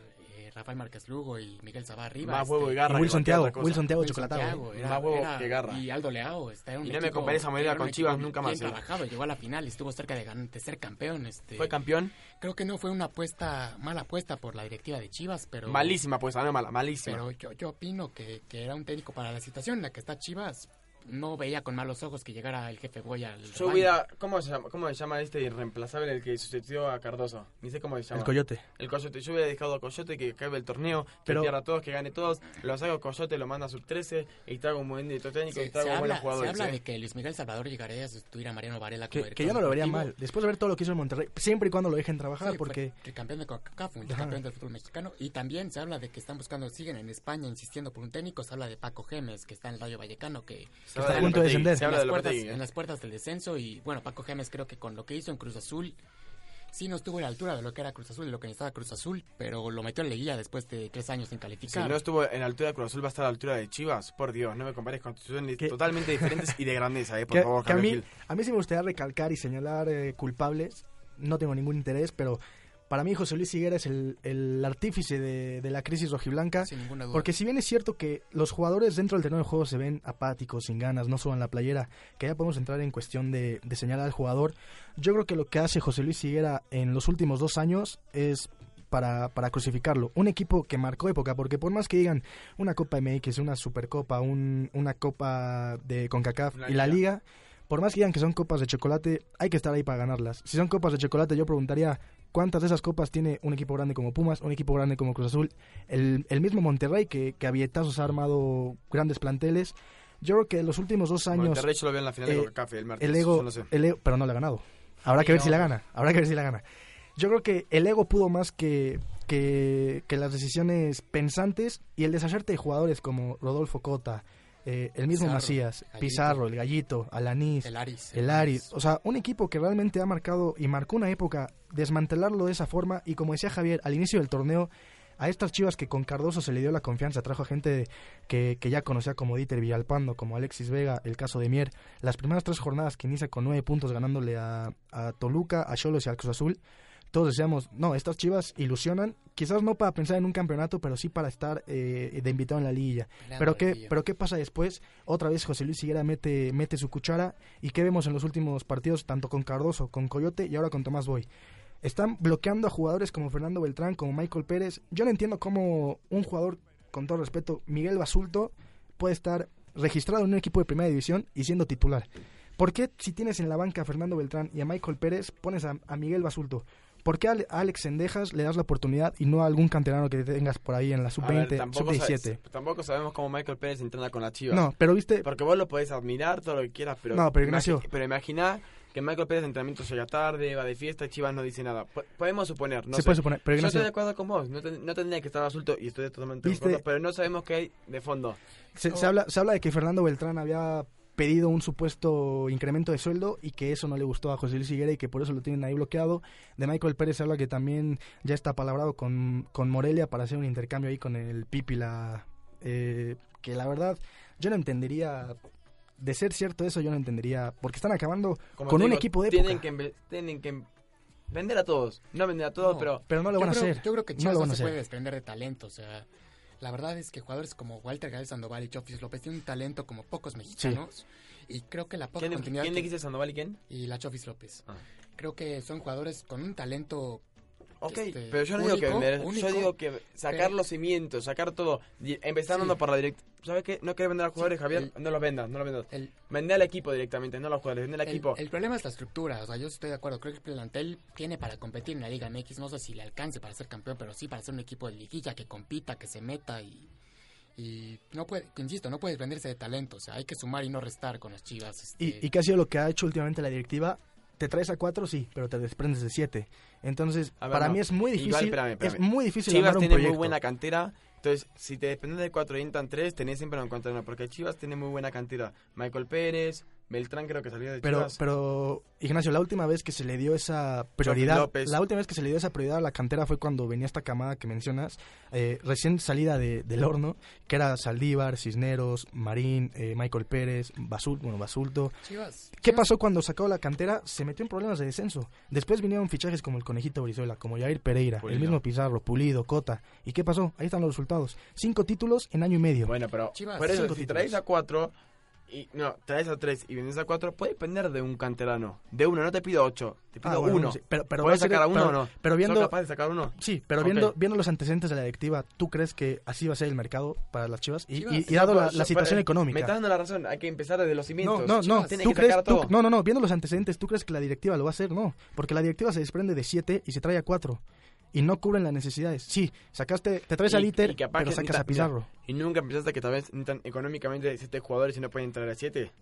Speaker 6: Rafael Márquez Lugo y Miguel Sabá arriba.
Speaker 5: Más
Speaker 6: este,
Speaker 5: huevo y garra.
Speaker 2: Y Wilson Thiago,
Speaker 5: Wilson
Speaker 2: Wilson Thiago
Speaker 6: Wilson
Speaker 2: chocolatado.
Speaker 6: Thiago, era-
Speaker 5: Más huevo
Speaker 6: era-
Speaker 5: que garra.
Speaker 6: Y Aldo Leao. Está en un
Speaker 5: Y no me
Speaker 6: equipo-
Speaker 5: compares a Morelia
Speaker 6: era un
Speaker 5: con Chivas
Speaker 6: equipo
Speaker 5: nunca
Speaker 6: bien
Speaker 5: más, eh.
Speaker 6: trabajado, llegó a la final y estuvo cerca de, gan- de ser campeón. Este,
Speaker 5: ¿Fue campeón?
Speaker 6: Creo que no fue una apuesta, mala apuesta por la directiva de Chivas, pero...
Speaker 5: Malísima, pues, no mala, malísima.
Speaker 6: Pero yo, yo opino que, que era un técnico para la situación en la que está Chivas. No veía con malos ojos que llegara el jefe Goya al
Speaker 5: Yo
Speaker 6: rebaño.
Speaker 5: hubiera, ¿cómo se llama, cómo se llama este irreemplazable el que sustituyó a Cardoso? Ni sé cómo se llama.
Speaker 2: El Coyote.
Speaker 5: El Coyote. Yo hubiera dejado a Coyote que acabe el torneo, que
Speaker 2: Pero-
Speaker 5: pierda a todos, que gane todos. Lo saco a Coyote, lo manda a sub trece y traigo un buen director técnico
Speaker 6: Se,
Speaker 5: y traigo
Speaker 6: se
Speaker 5: buenos
Speaker 6: habla, se
Speaker 5: jugadores.
Speaker 6: habla
Speaker 5: eh.
Speaker 6: de que Luis Miguel Salvador llegaría a sustituir a Mariano Varela como
Speaker 2: Que,
Speaker 6: director
Speaker 2: que yo no lo vería
Speaker 6: deportivo.
Speaker 2: mal. Después de ver todo lo que hizo en Monterrey, siempre y cuando lo dejen trabajar,
Speaker 6: Sí,
Speaker 2: porque...
Speaker 6: fue campeón de CONCACAF, un
Speaker 2: Ajá.
Speaker 6: campeón del fútbol mexicano. Y también se habla de que están buscando, siguen en España insistiendo por un técnico. Se habla de Paco Gémez, que está en el Rayo Vallecano, que
Speaker 5: Se
Speaker 2: está
Speaker 5: habla
Speaker 2: a punto de
Speaker 5: Lopetegui,
Speaker 2: descender.
Speaker 5: Se
Speaker 6: en
Speaker 5: habla
Speaker 6: las,
Speaker 5: de
Speaker 6: puertas,
Speaker 5: Lopetegui, eh.
Speaker 6: en las puertas del descenso. Y bueno, Paco Gémez creo que con lo que hizo en Cruz Azul, sí no estuvo a la altura de lo que era Cruz Azul, de lo que necesitaba Cruz Azul, pero lo metió en liguilla después de tres años sin
Speaker 5: Si
Speaker 6: calificar.
Speaker 5: no estuvo en la altura de Cruz Azul, va a estar a la altura de Chivas. Por Dios, no me compares con instituciones
Speaker 2: Que-
Speaker 5: totalmente diferentes y de grandeza, eh, por
Speaker 2: Que,
Speaker 5: favor,
Speaker 2: que a,
Speaker 5: Javier
Speaker 2: mí,
Speaker 5: Gil.
Speaker 2: a mí sí me gustaría recalcar y señalar eh, culpables. No tengo ningún interés, pero para mí José Luis Higuera es el, el artífice de, de la crisis rojiblanca.
Speaker 6: Sin ninguna duda.
Speaker 2: Porque si bien es cierto que los jugadores dentro del terreno de juego se ven apáticos, sin ganas, no suban la playera, que ya podemos entrar en cuestión de, de señalar al jugador, yo creo que lo que hace José Luis Higuera en los últimos dos años es para, para crucificarlo. Un equipo que marcó época, porque por más que digan una Copa M X, una Supercopa, un, una Copa de CONCACAF
Speaker 5: La
Speaker 2: y la
Speaker 5: Liga.
Speaker 2: Liga, por más que digan que son copas de chocolate, hay que estar ahí para ganarlas. Si son copas de chocolate, yo preguntaría cuántas de esas copas tiene un equipo grande como Pumas, un equipo grande como Cruz Azul, el, el mismo Monterrey, que, que a billetazos ha armado grandes planteles. Yo creo que en los últimos dos años
Speaker 5: Monterrey yo lo veo en la final de
Speaker 2: eh,
Speaker 5: CONCACAF el martes.
Speaker 2: el
Speaker 5: yo
Speaker 2: ego,
Speaker 5: no sé.
Speaker 2: el ego, pero no le ha ganado. Habrá que ver si la gana, habrá que ver si la gana. Yo creo que el ego pudo más que, que, que las decisiones pensantes y el deshacerte de jugadores como Rodolfo Cota, eh, el mismo
Speaker 6: Pizarro,
Speaker 2: Macías,
Speaker 6: Gallito.
Speaker 2: Pizarro, el Gallito, Alanís,
Speaker 6: El Aris.
Speaker 2: el Aris, o sea, un equipo que realmente ha marcado y marcó una época, desmantelarlo de esa forma, y como decía Javier, al inicio del torneo, a estas Chivas que con Cardoso se le dio la confianza, trajo a gente que, que ya conocía como Dieter Villalpando, como Alexis Vega, el caso de Mier, las primeras tres jornadas que inicia con nueve puntos ganándole a, a Toluca, a Xolos y al Cruz Azul, todos decíamos, no, estas Chivas ilusionan, quizás no para pensar en un campeonato, pero sí para estar eh, de invitado en la liguilla. Pero qué, pero qué pasa después, otra vez José Luis Higuera mete, mete su cuchara, y qué vemos en los últimos partidos, tanto con Cardoso, con Coyote y ahora con Tomás Boy. Están bloqueando a jugadores como Fernando Beltrán, como Michael Pérez. Yo no entiendo cómo un jugador, con todo respeto, Miguel Basulto, puede estar registrado en un equipo de primera división y siendo titular. ¿Por qué si tienes en la banca a Fernando Beltrán y a Michael Pérez, pones a, a Miguel Basulto? ¿Por qué a Alex Sendejas le das la oportunidad y no a algún canterano que tengas por ahí en la sub
Speaker 5: A ver,
Speaker 2: veinte,
Speaker 5: tampoco
Speaker 2: sub diecisiete?
Speaker 5: sabes- tampoco sabemos cómo Michael Pérez entrena con la Chivas.
Speaker 2: No, pero viste,
Speaker 5: Porque vos lo podés admirar todo lo que quieras, pero...
Speaker 2: No, pero
Speaker 5: imagi-
Speaker 2: Ignacio-
Speaker 5: Pero imagina que Michael Pérez de entrenamiento llega tarde, va de fiesta y Chivas no dice nada. Po- podemos suponer, no
Speaker 2: se
Speaker 5: sé.
Speaker 2: puede suponer, pero
Speaker 5: Yo
Speaker 2: Ignacio,
Speaker 5: estoy de acuerdo con vos, no, ten- no tendría que estar Basulto y estoy totalmente de
Speaker 2: ¿Viste?
Speaker 5: acuerdo, pero no sabemos qué hay de fondo.
Speaker 2: se, se habla, se habla de que Fernando Beltrán había pedido un supuesto incremento de sueldo y que eso no le gustó a José Luis Higuera y que por eso lo tienen ahí bloqueado. De Michael Pérez se habla que también ya está palabrado con, con Morelia para hacer un intercambio ahí con el Pípila, eh, que la verdad yo no entendería, de ser cierto eso yo no entendería, porque están acabando
Speaker 5: Como
Speaker 2: con
Speaker 5: te
Speaker 2: un
Speaker 5: digo,
Speaker 2: equipo de
Speaker 5: tienen
Speaker 2: época,
Speaker 5: que, embe- tienen que vender a todos, no vender a todos,
Speaker 6: No.
Speaker 5: pero...
Speaker 2: pero no lo
Speaker 6: yo
Speaker 2: van a
Speaker 6: creo,
Speaker 2: hacer.
Speaker 6: Yo creo que
Speaker 2: no
Speaker 6: Chivas
Speaker 2: lo
Speaker 6: no,
Speaker 2: van a
Speaker 6: se puede
Speaker 2: hacer.
Speaker 6: desprender de talento, o sea, la verdad es que jugadores como Walter Gael Sandoval y Chofis López tienen un talento como pocos mexicanos, y creo que la poca
Speaker 5: ¿Quién,
Speaker 6: continuidad
Speaker 5: ¿quién
Speaker 6: que-
Speaker 5: le quise Sandoval y quién?
Speaker 6: y la Chofis López.
Speaker 5: Ah.
Speaker 6: Creo que son jugadores con un talento.
Speaker 5: Ok,
Speaker 6: Este,
Speaker 5: pero yo no digo que
Speaker 6: único,
Speaker 5: vender,
Speaker 6: único,
Speaker 5: yo digo que sacar
Speaker 6: pero-
Speaker 5: los cimientos, sacar todo, y empezar
Speaker 6: Sí.
Speaker 5: andando por la directa. ¿Sabes qué? No querés vender a los jugadores,
Speaker 6: Sí,
Speaker 5: Javier,
Speaker 6: el-
Speaker 5: no los vendas, no los vendas.
Speaker 6: El,
Speaker 5: Vender al equipo directamente, no a los jugadores, vender al
Speaker 6: el,
Speaker 5: equipo.
Speaker 6: el problema es la estructura, o sea, yo estoy de acuerdo, creo que el plantel tiene para competir en la Liga M X, no sé si le alcance para ser campeón, pero sí para ser un equipo de liguilla que compita, que se meta y y no puede, insisto, no puedes venderse de talento, o sea, hay que sumar y no restar con las Chivas. Este,
Speaker 2: ¿Y, ¿Y qué ha sido lo que ha hecho últimamente la directiva? Te traes a cuatro, sí, pero te desprendes de siete. Entonces,
Speaker 5: A ver,
Speaker 2: para
Speaker 5: no.
Speaker 2: mí es muy difícil,
Speaker 5: Igual, espérame, espérame.
Speaker 2: es muy difícil
Speaker 5: Chivas
Speaker 2: armar un
Speaker 5: tiene muy
Speaker 2: proyecto.
Speaker 5: buena cantera, entonces si te dependes de cuatro y entran tres, tenés siempre un encuentro, porque Chivas tiene muy buena cantera. Michael Pérez, Beltrán creo que salió de
Speaker 2: Pero,
Speaker 5: Chivas.
Speaker 2: pero, Ignacio, la última vez que se le dio esa prioridad,
Speaker 5: López.
Speaker 2: la última vez que se le dio esa prioridad a la cantera fue cuando venía esta camada que mencionas, eh, recién salida de, del horno, que era Saldívar, Cisneros, Marín, eh, Michael Pérez, Basul, bueno, Basulto.
Speaker 6: Chivas,
Speaker 2: ¿Qué
Speaker 6: Chivas-
Speaker 2: pasó cuando sacó la cantera? Se metió en problemas de descenso. Después vinieron fichajes como el Conejito Brizuela, como Jair Pereira,
Speaker 5: Pulido.
Speaker 2: el mismo Pizarro, Pulido, Cota. ¿Y qué pasó? Ahí están los resultados. Cinco títulos en año y medio.
Speaker 5: Bueno, pero
Speaker 6: Chivas,
Speaker 5: por eso,
Speaker 2: cinco
Speaker 5: si
Speaker 2: títulos.
Speaker 5: traes a cuatro, y no, traes a tres y vendes a cuatro, puede depender de un canterano. De uno, no te pido ocho, te pido
Speaker 2: Ah, bueno,
Speaker 5: uno.
Speaker 2: sí, pero- pero
Speaker 5: ¿Puedes
Speaker 2: va a ser-
Speaker 5: sacar a uno
Speaker 2: pero-
Speaker 5: o no?
Speaker 2: pero viendo-
Speaker 5: ¿Sos capaz de sacar uno?
Speaker 2: Sí, pero
Speaker 5: Ok.
Speaker 2: viendo viendo los antecedentes de la directiva, ¿tú crees que así va a ser el mercado para las Chivas? Y,
Speaker 6: Chivas,
Speaker 2: y- y
Speaker 6: sí,
Speaker 2: dado
Speaker 5: No,
Speaker 2: la,
Speaker 5: pero
Speaker 2: la
Speaker 5: yo-
Speaker 2: situación
Speaker 5: pero,
Speaker 2: económica.
Speaker 5: Me estás dando la razón, hay que empezar desde los cimientos.
Speaker 2: No, no, no.
Speaker 5: Chivas tiene
Speaker 2: ¿Tú
Speaker 5: que
Speaker 2: crees?
Speaker 5: sacar
Speaker 2: tú-
Speaker 5: todo.
Speaker 2: no, no, no. Viendo los antecedentes, ¿tú crees que la directiva lo va a hacer? No, porque la directiva se desprende de siete y se trae a cuatro y no cubren las necesidades. Sí, sacaste, te traes a
Speaker 5: Y-
Speaker 2: Líter,
Speaker 5: y capaz
Speaker 2: pero
Speaker 5: que
Speaker 2: sacas a
Speaker 5: necesitan-
Speaker 2: Pizarro.
Speaker 5: Y nunca pensaste que tal vez necesitan económicamente siete jugadores y no pueden entrar a siete.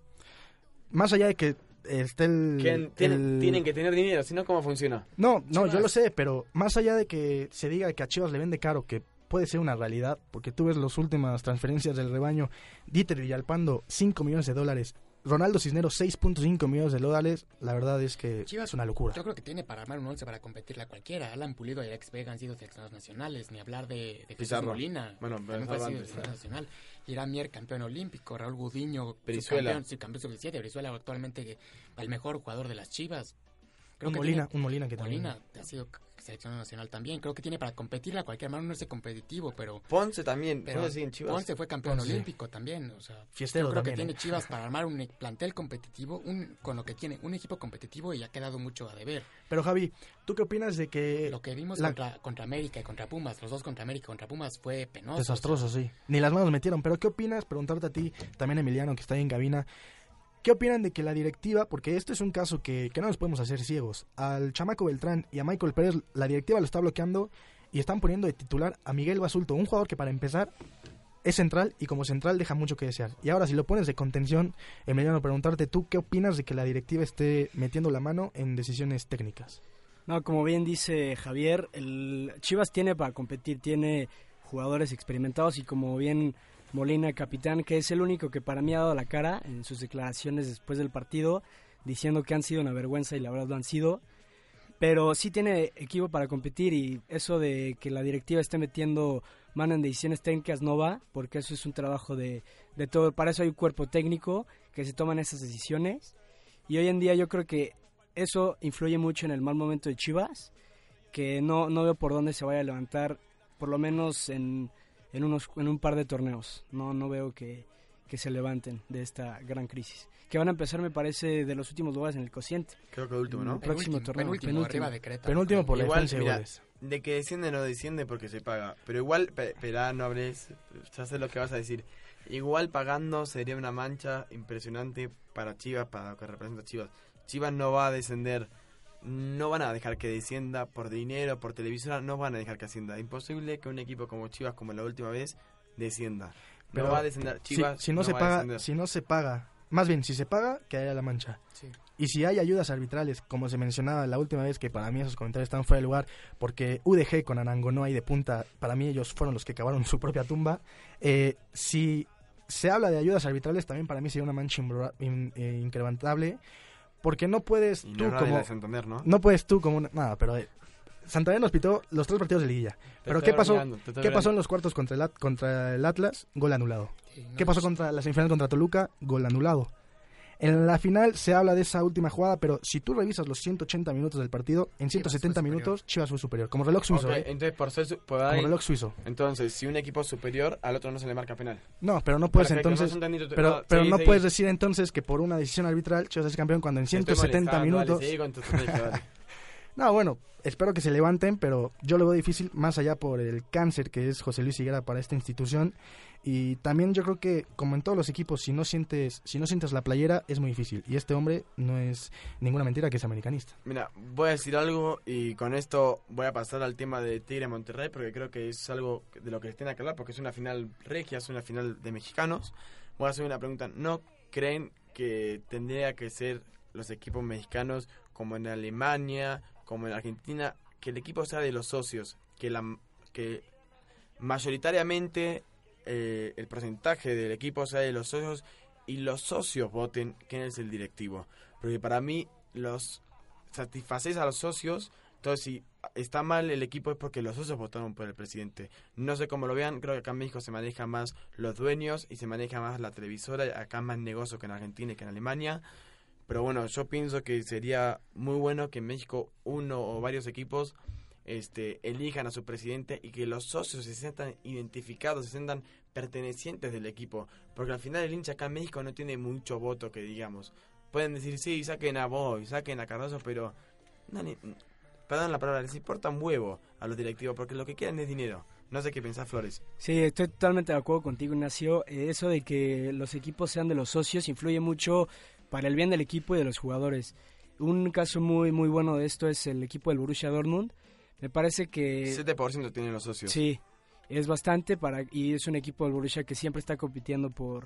Speaker 2: Más allá de que esté el,
Speaker 5: Que tienen,
Speaker 2: el-
Speaker 5: tienen que tener dinero, si no, ¿cómo funciona?
Speaker 2: No, no,
Speaker 6: Chivas.
Speaker 2: yo lo sé, pero más allá de que se diga que a Chivas le vende caro, que puede ser una realidad, porque tú ves las últimas transferencias del rebaño, Dieter Villalpando, cinco millones de dólares, Ronaldo Cisneros, seis punto cinco millones de dólares, la verdad es que
Speaker 6: Chivas,
Speaker 2: es una locura.
Speaker 6: Yo creo que tiene para armar un once para competirle a cualquiera. Alan Pulido y Alex Vega han sido seleccionados nacionales, ni hablar de, de Jesús
Speaker 5: Pizarro.
Speaker 6: Molina.
Speaker 5: Bueno,
Speaker 6: también
Speaker 5: pero
Speaker 6: fue
Speaker 5: antes,
Speaker 6: seleccionado nacional. Irán Mier, campeón olímpico. Raúl Gudiño,
Speaker 5: Brizuela.
Speaker 6: subcampeón, subcampeón sub diecisiete. Brizuela actualmente el mejor jugador de las Chivas. Creo
Speaker 2: Un
Speaker 6: que
Speaker 2: Molina,
Speaker 6: tiene-
Speaker 2: un Molina que también.
Speaker 6: Molina ha sido seleccionado nacional también. Creo que tiene para competirle a cualquier mano. No es competitivo, pero...
Speaker 5: Ponce también,
Speaker 6: Pero
Speaker 5: Ponce sigue en Chivas.
Speaker 6: Ponce fue campeón
Speaker 2: Ponce.
Speaker 6: olímpico también, o sea,
Speaker 2: Fiestero
Speaker 6: yo creo
Speaker 2: también,
Speaker 6: que tiene
Speaker 2: ¿eh?
Speaker 6: Chivas para armar un e- plantel competitivo, un con lo que tiene un equipo competitivo y ha quedado mucho a deber.
Speaker 2: Pero Javi, ¿tú qué opinas de que
Speaker 6: Lo que vimos
Speaker 2: la-
Speaker 6: contra, contra América y contra Pumas, los dos contra América y contra Pumas fue penoso.
Speaker 2: desastroso,
Speaker 6: o sea,
Speaker 2: sí? Ni las manos metieron, pero ¿qué opinas? Preguntarte a ti, también Emiliano, que está ahí en cabina. ¿Qué opinan de que la directiva, porque esto es un caso que, que no nos podemos hacer ciegos, al chamaco Beltrán y a Michael Pérez, la directiva lo está bloqueando y están poniendo de titular a Miguel Basulto, un jugador que para empezar es central y como central deja mucho que desear. Y ahora si lo pones de contención, Emiliano, preguntarte tú, ¿qué opinas de que la directiva esté metiendo la mano en decisiones técnicas?
Speaker 7: No, como bien dice Javier, el Chivas tiene para competir, tiene jugadores experimentados y como bien Molina, capitán, que es el único que para mí ha dado la cara en sus declaraciones después del partido, diciendo que han sido una vergüenza y la verdad lo han sido. Pero sí tiene equipo para competir y eso de que la directiva esté metiendo mano en decisiones técnicas no va, porque eso es un trabajo de, de todo. Para eso hay un cuerpo técnico que se toman esas decisiones. Y hoy en día yo creo que eso influye mucho en el mal momento de Chivas, que no, no veo por dónde se vaya a levantar, por lo menos en, en, unos, en un par de torneos. No, no veo que, que se levanten de esta gran crisis. Que van a empezar, me parece, de los últimos lugares en el cociente.
Speaker 5: Creo que el último,
Speaker 2: Mm,
Speaker 5: ¿no?
Speaker 2: próximo
Speaker 6: penúltimo,
Speaker 2: torneo,
Speaker 6: penúltimo,
Speaker 2: penúltimo.
Speaker 6: arriba de Querétaro.
Speaker 2: Penúltimo por la
Speaker 5: Igual,
Speaker 2: diferencia de
Speaker 5: mira,
Speaker 2: goles.
Speaker 5: de que desciende no desciende porque se paga. Pero igual, pe- espera, no hables, ya sé lo que vas a decir. Igual pagando sería una mancha impresionante para Chivas, para lo que representa Chivas. Chivas no va a descender, no van a dejar que descienda por dinero, por televisora, no van a dejar que ascienda. Imposible que un equipo como Chivas, como la última vez, descienda.
Speaker 2: Pero
Speaker 5: no va a descender
Speaker 2: Si,
Speaker 5: Chivas.
Speaker 2: si no, se
Speaker 5: va a
Speaker 2: paga,
Speaker 5: descender.
Speaker 2: si no se paga, más bien, si se paga, que haya la mancha.
Speaker 6: Sí.
Speaker 2: Y si hay ayudas arbitrales, como se mencionaba la última vez, que para mí esos comentarios están fuera de lugar, porque U D G con Anangonó y de punta, para mí ellos fueron los que cavaron su propia tumba. Eh, si se habla de ayudas arbitrales, también para mí sería una mancha imbro- in- eh, incrementable, porque no puedes
Speaker 5: Y
Speaker 2: tú
Speaker 5: no era de
Speaker 2: como...
Speaker 5: la de Santander, ¿no?
Speaker 2: No puedes tú como... una- nada, pero... eh, Santander nos pitó los tres partidos de liguilla. Pero
Speaker 5: estoy
Speaker 2: ¿qué pasó?
Speaker 5: bromeando, te estoy
Speaker 2: ¿Qué pasó
Speaker 5: bromeando.
Speaker 2: en los cuartos contra el, At- contra el Atlas? Gol anulado.
Speaker 6: Sí, no,
Speaker 2: ¿Qué pasó contra la semifinal contra Toluca? Gol anulado. En la final se habla de esa última jugada, pero si tú revisas los ciento ochenta minutos del partido, en ciento setenta
Speaker 6: fue
Speaker 2: minutos Chivas fue superior. Como reloj suizo,
Speaker 5: Ok,
Speaker 2: ¿eh?
Speaker 5: entonces por ser su- por
Speaker 2: Como
Speaker 5: ahí-
Speaker 2: reloj suizo.
Speaker 5: entonces si un equipo es superior al otro no se le marca penal.
Speaker 2: No, pero no puedes
Speaker 5: Perfecto,
Speaker 2: entonces...
Speaker 5: no has entendido-
Speaker 2: Pero,
Speaker 5: no,
Speaker 2: pero
Speaker 5: sí,
Speaker 2: no
Speaker 5: sí.
Speaker 2: puedes decir entonces que por una decisión arbitral Chivas es campeón cuando en
Speaker 5: Te estoy
Speaker 2: ciento setenta
Speaker 5: molestando,
Speaker 2: minutos...
Speaker 5: dale, sigue con tu estrategia, dale.
Speaker 2: No, bueno, espero que se levanten, pero yo lo veo difícil, más allá por el cáncer que es José Luis Higuera para esta institución. Y también yo creo que, como en todos los equipos, si no sientes si no sientes la playera, es muy difícil. Y este hombre no es ninguna mentira que es americanista.
Speaker 5: Mira, voy a decir algo y con esto voy a pasar al tema de Tigre Monterrey porque creo que es algo de lo que les tiene que hablar porque es una final regia, es una final de mexicanos. Voy a hacer una pregunta. ¿No creen que tendría que ser los equipos mexicanos como en Alemania, como en Argentina, que el equipo sea de los socios, que la que mayoritariamente eh, el porcentaje del equipo sea de los socios y los socios voten quién es el directivo. Porque para mí, los satisfaces a los socios. Entonces, si está mal el equipo es porque los socios votaron por el presidente. No sé cómo lo vean, creo que acá en México se maneja más los dueños y se maneja más la televisora. Acá más negocio que en Argentina y que en Alemania. Pero bueno, yo pienso que sería muy bueno que en México uno o varios equipos este, elijan a su presidente y que los socios se sientan identificados, se sientan pertenecientes del equipo. Porque al final el hincha acá en México no tiene mucho voto, que digamos. Pueden decir, sí, saquen a Boy, saquen a Cardoso, pero... No, ni, perdón la palabra, les importa un huevo a los directivos porque lo que quieren es dinero. No sé qué pensás, Flores.
Speaker 7: Sí, estoy totalmente de acuerdo contigo, Ignacio. Eh, eso de que los equipos sean de los socios influye mucho para el bien del equipo y de los jugadores. Un caso muy muy bueno de esto es el equipo del Borussia Dortmund. Me parece que...
Speaker 5: siete por ciento tienen los socios.
Speaker 7: Sí, es bastante para y es un equipo del Borussia que siempre está compitiendo por,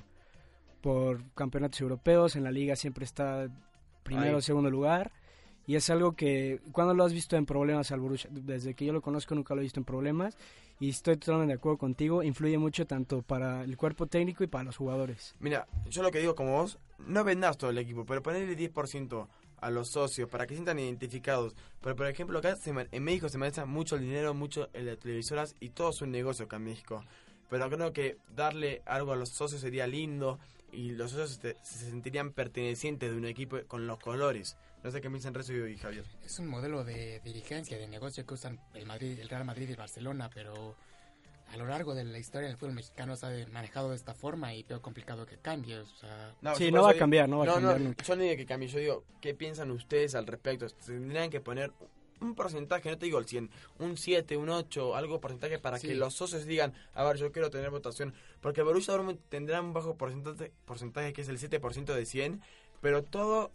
Speaker 7: por campeonatos europeos. En la liga siempre está primero o segundo lugar. Y es algo que, ¿cuándo lo has visto en problemas al Borussia? Desde que yo lo conozco nunca lo he visto en problemas. Y estoy totalmente de acuerdo contigo, influye mucho tanto para el cuerpo técnico y para los jugadores.
Speaker 5: Mira, yo lo que digo como vos, no vendás todo el equipo, pero ponerle diez por ciento a los socios para que se sientan identificados. Pero por ejemplo acá se, en México se maneja mucho el dinero, mucho el de televisoras y todo es un negocio acá en México. Pero creo que darle algo a los socios sería lindo y los socios se, se sentirían pertenecientes de un equipo con los colores. No sé qué piensan Rezo y Javier.
Speaker 6: Es un modelo de dirigencia, de negocio que usan el Madrid, el Real Madrid y el Barcelona, pero a lo largo de la historia del fútbol mexicano se ha manejado de esta forma y veo complicado que cambie. O sea...
Speaker 7: No, sí, no va a cambiar, no va
Speaker 5: no,
Speaker 7: a cambiar
Speaker 5: no,
Speaker 7: nunca.
Speaker 5: Yo no digo que cambie, yo digo, ¿qué piensan ustedes al respecto? Tendrían que poner un porcentaje, no te digo el cien, un siete, un ocho, algo porcentaje para sí. Que los socios digan, a ver, yo quiero tener votación. Porque Borussia Dortmund tendrá un bajo porcentaje, porcentaje que es el siete por ciento de cien, pero todo...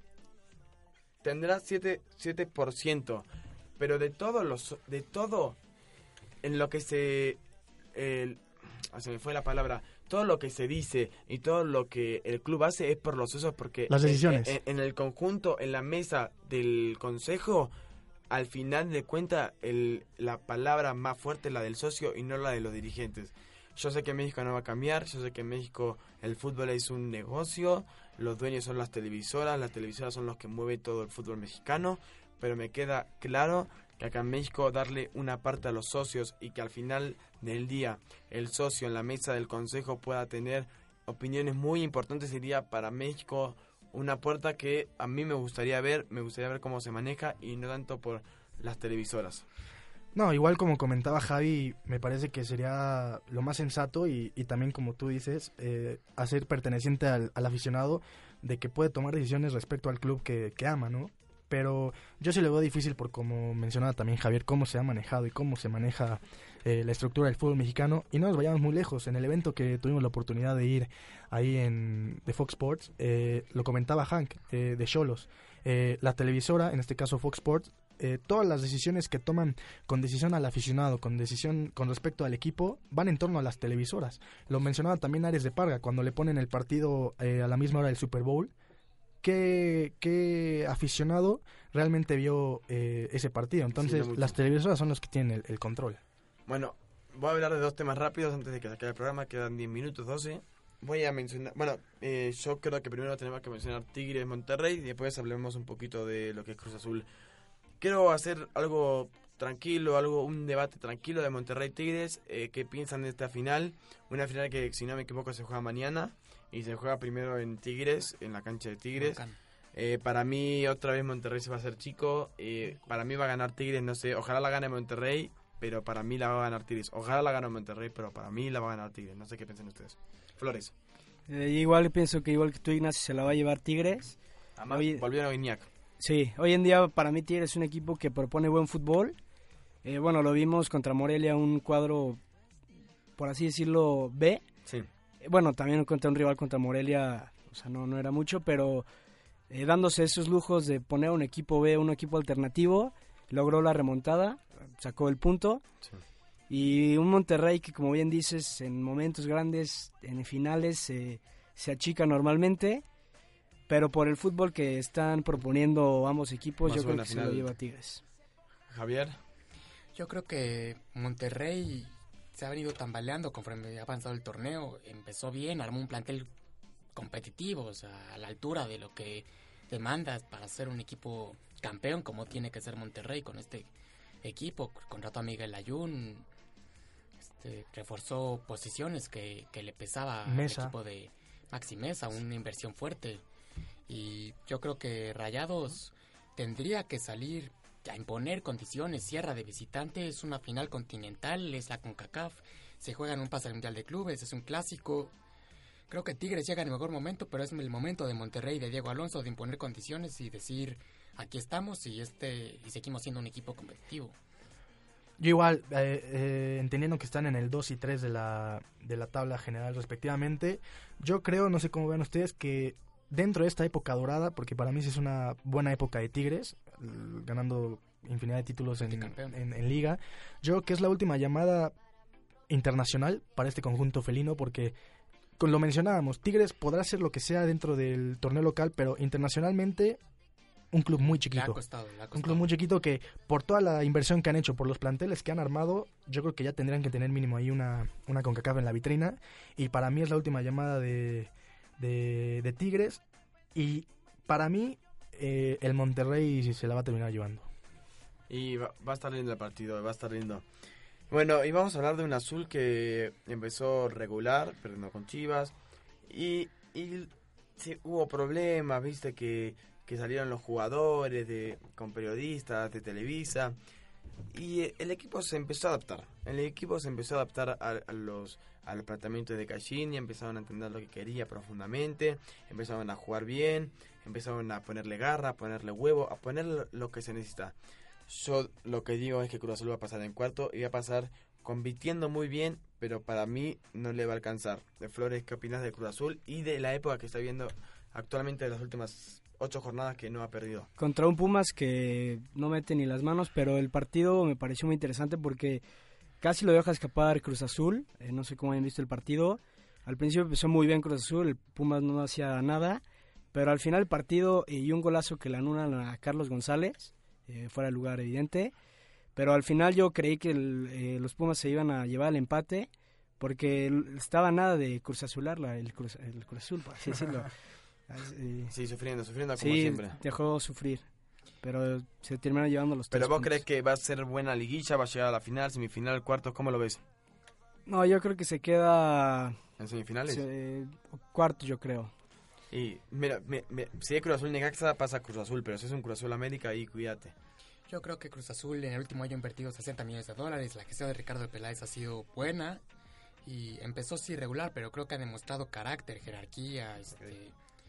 Speaker 5: tendrá siete por ciento, pero de todo los de todo en lo que se el, se me fue la palabra, todo lo que se dice y todo lo que el club hace es por los socios, porque
Speaker 2: las decisiones
Speaker 5: en, en, en el conjunto, en la mesa del consejo, al final de cuentas el, la palabra más fuerte es la del socio y no la de los dirigentes. Yo sé que en México no va a cambiar, yo sé que en México el fútbol es un negocio, los dueños son las televisoras, las televisoras son los que mueven todo el fútbol mexicano, pero me queda claro que acá en México darle una parte a los socios y que al final del día el socio en la mesa del consejo pueda tener opiniones muy importantes sería para México una puerta que a mí me gustaría ver, me gustaría ver cómo se maneja y no tanto por las televisoras.
Speaker 2: No, igual como comentaba Javi, me parece que sería lo más sensato y, y también como tú dices, eh, hacer perteneciente al, al aficionado de que puede tomar decisiones respecto al club que, que ama, ¿no? Pero yo sí lo veo difícil por como mencionaba también Javier, cómo se ha manejado y cómo se maneja eh, la estructura del fútbol mexicano. Y no nos vayamos muy lejos, en el evento que tuvimos la oportunidad de ir ahí en de Fox Sports, eh, lo comentaba Hank, eh, de Xolos, eh, la televisora, en este caso Fox Sports, Eh, todas las decisiones que toman con decisión al aficionado, con decisión con respecto al equipo, van en torno a las televisoras. Lo mencionaba también Ares de Parga, cuando le ponen el partido eh, a la misma hora del Super Bowl. ¿Qué, qué aficionado realmente vio eh, ese partido? Entonces, sí, las televisoras son los que tienen el, el control.
Speaker 5: Bueno, voy a hablar de dos temas rápidos antes de que se acabe el programa. Quedan diez minutos, doce. Voy a mencionar... Bueno, eh, yo creo que primero tenemos que mencionar Tigres Monterrey y después hablemos un poquito de lo que es Cruz Azul. Quiero hacer algo tranquilo, algo un debate tranquilo de Monterrey Tigres. Eh, ¿Qué piensan de esta final? Una final que, si no me equivoco, se juega mañana y se juega primero en Tigres, en la cancha de Tigres. Eh, para mí, otra vez Monterrey se va a hacer chico. Eh, para mí va a ganar Tigres, no sé. Ojalá la gane Monterrey, pero para mí la va a ganar Tigres. Ojalá la gane Monterrey, pero para mí la va a ganar Tigres. No sé qué piensan ustedes. Flores.
Speaker 7: Eh, igual pienso que igual que tú, Ignacio, se la va a llevar Tigres.
Speaker 5: Además, Hoy... volvieron a Guiñac.
Speaker 7: Sí, hoy en día para mí Tigres es un equipo que propone buen fútbol. Eh, bueno, lo vimos contra Morelia, un cuadro, por así decirlo, B.
Speaker 5: Sí.
Speaker 7: Eh, bueno, también contra un rival contra Morelia, o sea, no, no era mucho, pero eh, dándose esos lujos de poner un equipo B, un equipo alternativo, logró la remontada, sacó el punto. Sí. Y un Monterrey que, como bien dices, en momentos grandes, en finales, eh, se achica normalmente. Pero por el fútbol que están proponiendo ambos equipos, más yo creo que final. Se lo lleva Tigres.
Speaker 5: Javier.
Speaker 6: Yo creo que Monterrey se ha venido tambaleando conforme ha avanzado el torneo. Empezó bien, armó un plantel competitivos, a la altura de lo que demandas para ser un equipo campeón, como tiene que ser Monterrey con este equipo. Contrató a Miguel Layún, este, reforzó posiciones que, que le pesaba
Speaker 2: Mesa.
Speaker 6: al equipo de Maxi Mesa, una inversión fuerte. Y yo creo que Rayados tendría que salir a imponer condiciones. Sierra de visitante, es una final continental, es la CONCACAF, se juega en un pase al Mundial de Clubes, es un clásico. Creo que Tigres llega en el mejor momento, pero es el momento de Monterrey, de Diego Alonso, de imponer condiciones y decir, aquí estamos y este y seguimos siendo un equipo competitivo.
Speaker 2: Yo igual, eh, eh, entendiendo que están en el dos y tres de la, de la tabla general respectivamente, yo creo, no sé cómo ven ustedes, que dentro de esta época dorada, porque para mí sí es una buena época de Tigres, ganando infinidad de títulos en, en, en Liga, yo creo que es la última llamada internacional para este conjunto felino, porque lo mencionábamos, Tigres podrá hacer lo que sea dentro del torneo local, pero internacionalmente un club muy chiquito.
Speaker 6: Le ha costado, le ha costado.
Speaker 2: Un club muy chiquito que por toda la inversión que han hecho, por los planteles que han armado, yo creo que ya tendrían que tener mínimo ahí una, una CONCACAF en la vitrina. Y para mí es la última llamada de, de, de Tigres. Y para mí eh, el Monterrey se la va a terminar llevando.
Speaker 5: Y va, va a estar lindo el partido, va a estar lindo. Bueno, y vamos a hablar de un Azul que empezó regular, perdiendo con Chivas, y, y sí, hubo problemas, viste, que, que salieron los jugadores de con periodistas de Televisa, y el equipo se empezó a adaptar, el equipo se empezó a adaptar a, a los a los planteamientos de Caixinha, empezaron a entender lo que quería profundamente, empezaron a jugar bien, empezaron a ponerle garra, a ponerle huevo, a poner lo que se necesita. Yo lo que digo es que Cruz Azul va a pasar en cuarto y va a pasar compitiendo muy bien, pero para mí no le va a alcanzar. De Flores, ¿qué opinas de Cruz Azul y de la época que está viendo actualmente de las últimas ocho jornadas que no ha perdido?
Speaker 7: Contra un Pumas que no mete ni las manos, pero el partido me pareció muy interesante porque casi lo deja escapar Cruz Azul. Eh, no sé cómo hayan visto el partido. Al principio empezó muy bien Cruz Azul, el Pumas no hacía nada, pero al final el partido y un golazo que le anulan a Carlos González. Eh, fuera de lugar evidente, pero al final yo creí que el, eh, los Pumas se iban a llevar el empate porque estaba nada de Cruz Azular la, el, Cruz, el Cruz Azul, por así decirlo.
Speaker 5: eh, sí, sufriendo, sufriendo como
Speaker 7: sí,
Speaker 5: siempre.
Speaker 7: Dejó sufrir, pero se terminaron llevando los tres
Speaker 5: ¿Pero vos
Speaker 7: puntos.
Speaker 5: crees que va a ser buena liguilla, va a llegar a la final, semifinal, cuartos? ¿Cómo lo ves?
Speaker 7: No, yo creo que se queda...
Speaker 5: ¿En semifinales?
Speaker 7: Se, cuarto, yo creo.
Speaker 5: Y mira, me, me, si es Cruz Azul Necaxa pasa Cruz Azul, pero si es un Cruz Azul América, ahí cuídate.
Speaker 6: Yo creo que Cruz Azul en el último año ha invertido sesenta millones de dólares, la gestión de Ricardo Peláez ha sido buena y empezó sí irregular, pero creo que ha demostrado carácter, jerarquía, este,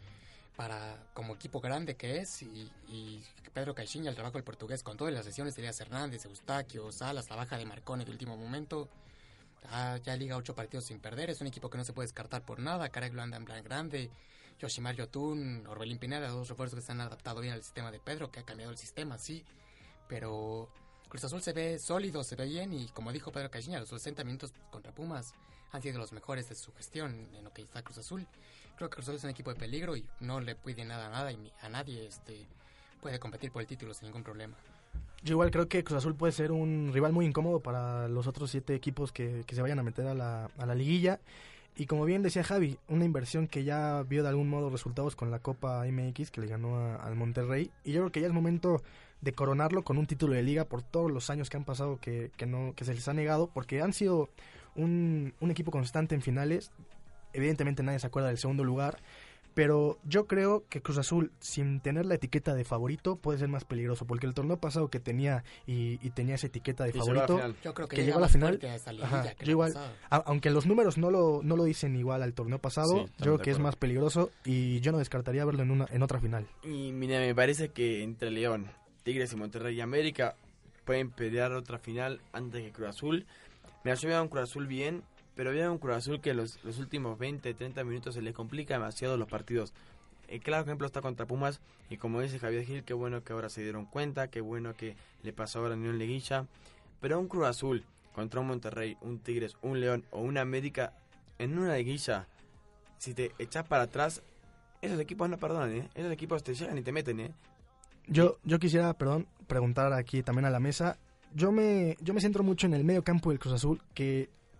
Speaker 6: para como equipo grande que es, y, y Pedro Caixinha, el trabajo del portugués con todas las sesiones de Elías Hernández, Eustaquio, Salas, la baja de Marcone de último momento, ah, ya liga ocho partidos sin perder, es un equipo que no se puede descartar por nada, Careglo anda en plan grande, Yoshimar Yotun, Orbelín Pineda, dos refuerzos que se han adaptado bien al sistema de Pedro, que ha cambiado el sistema, sí, pero Cruz Azul se ve sólido, se ve bien, y como dijo Pedro Caixinha, los sesenta minutos contra Pumas han sido los mejores de su gestión en lo que está Cruz Azul. Creo que Cruz Azul es un equipo de peligro y no le pide nada a nada y a nadie este puede competir por el título sin ningún problema.
Speaker 2: Yo igual creo que Cruz Azul puede ser un rival muy incómodo para los otros siete equipos que, que se vayan a meter a la, a la liguilla. Y como bien decía Javi, una inversión que ya vio de algún modo resultados con la Copa M X que le ganó a, al Monterrey. Y yo creo que ya es momento de coronarlo con un título de liga por todos los años que han pasado que, que, no, que se les ha negado, porque han sido un, un equipo constante en finales. Evidentemente nadie se acuerda del segundo lugar, pero yo creo que Cruz Azul, sin tener la etiqueta de favorito, puede ser más peligroso, porque el torneo pasado que tenía y, y tenía esa etiqueta de
Speaker 5: y
Speaker 2: favorito,
Speaker 6: yo creo que,
Speaker 2: que llegó a la final,
Speaker 6: liguilla,
Speaker 2: ajá, yo igual, a, aunque los números no lo, no lo dicen igual al torneo pasado,
Speaker 5: Sí,
Speaker 2: yo creo que es más peligroso y yo no descartaría verlo en una en otra final.
Speaker 5: Y mira, me parece que entre León, Tigres y Monterrey y América pueden pelear otra final antes que Cruz Azul. Mira, yo veo a un Cruz Azul bien, pero veo a un Cruz Azul que los, los últimos veinte, treinta minutos se les complica demasiado los partidos. El claro ejemplo está contra Pumas, y como dice Javier Gil, qué bueno que ahora se dieron cuenta, qué bueno que le pasó ahora en Unión Liguilla. Pero un Cruz Azul contra un Monterrey, un Tigres, un León o un América en una liguilla, si te echas para atrás, esos equipos no perdonan, ¿eh? Esos equipos te llegan y te meten, ¿eh?
Speaker 2: Yo, yo quisiera, perdón, preguntar aquí también a la mesa. Yo me, yo me centro mucho en el medio campo del Cruz Azul, que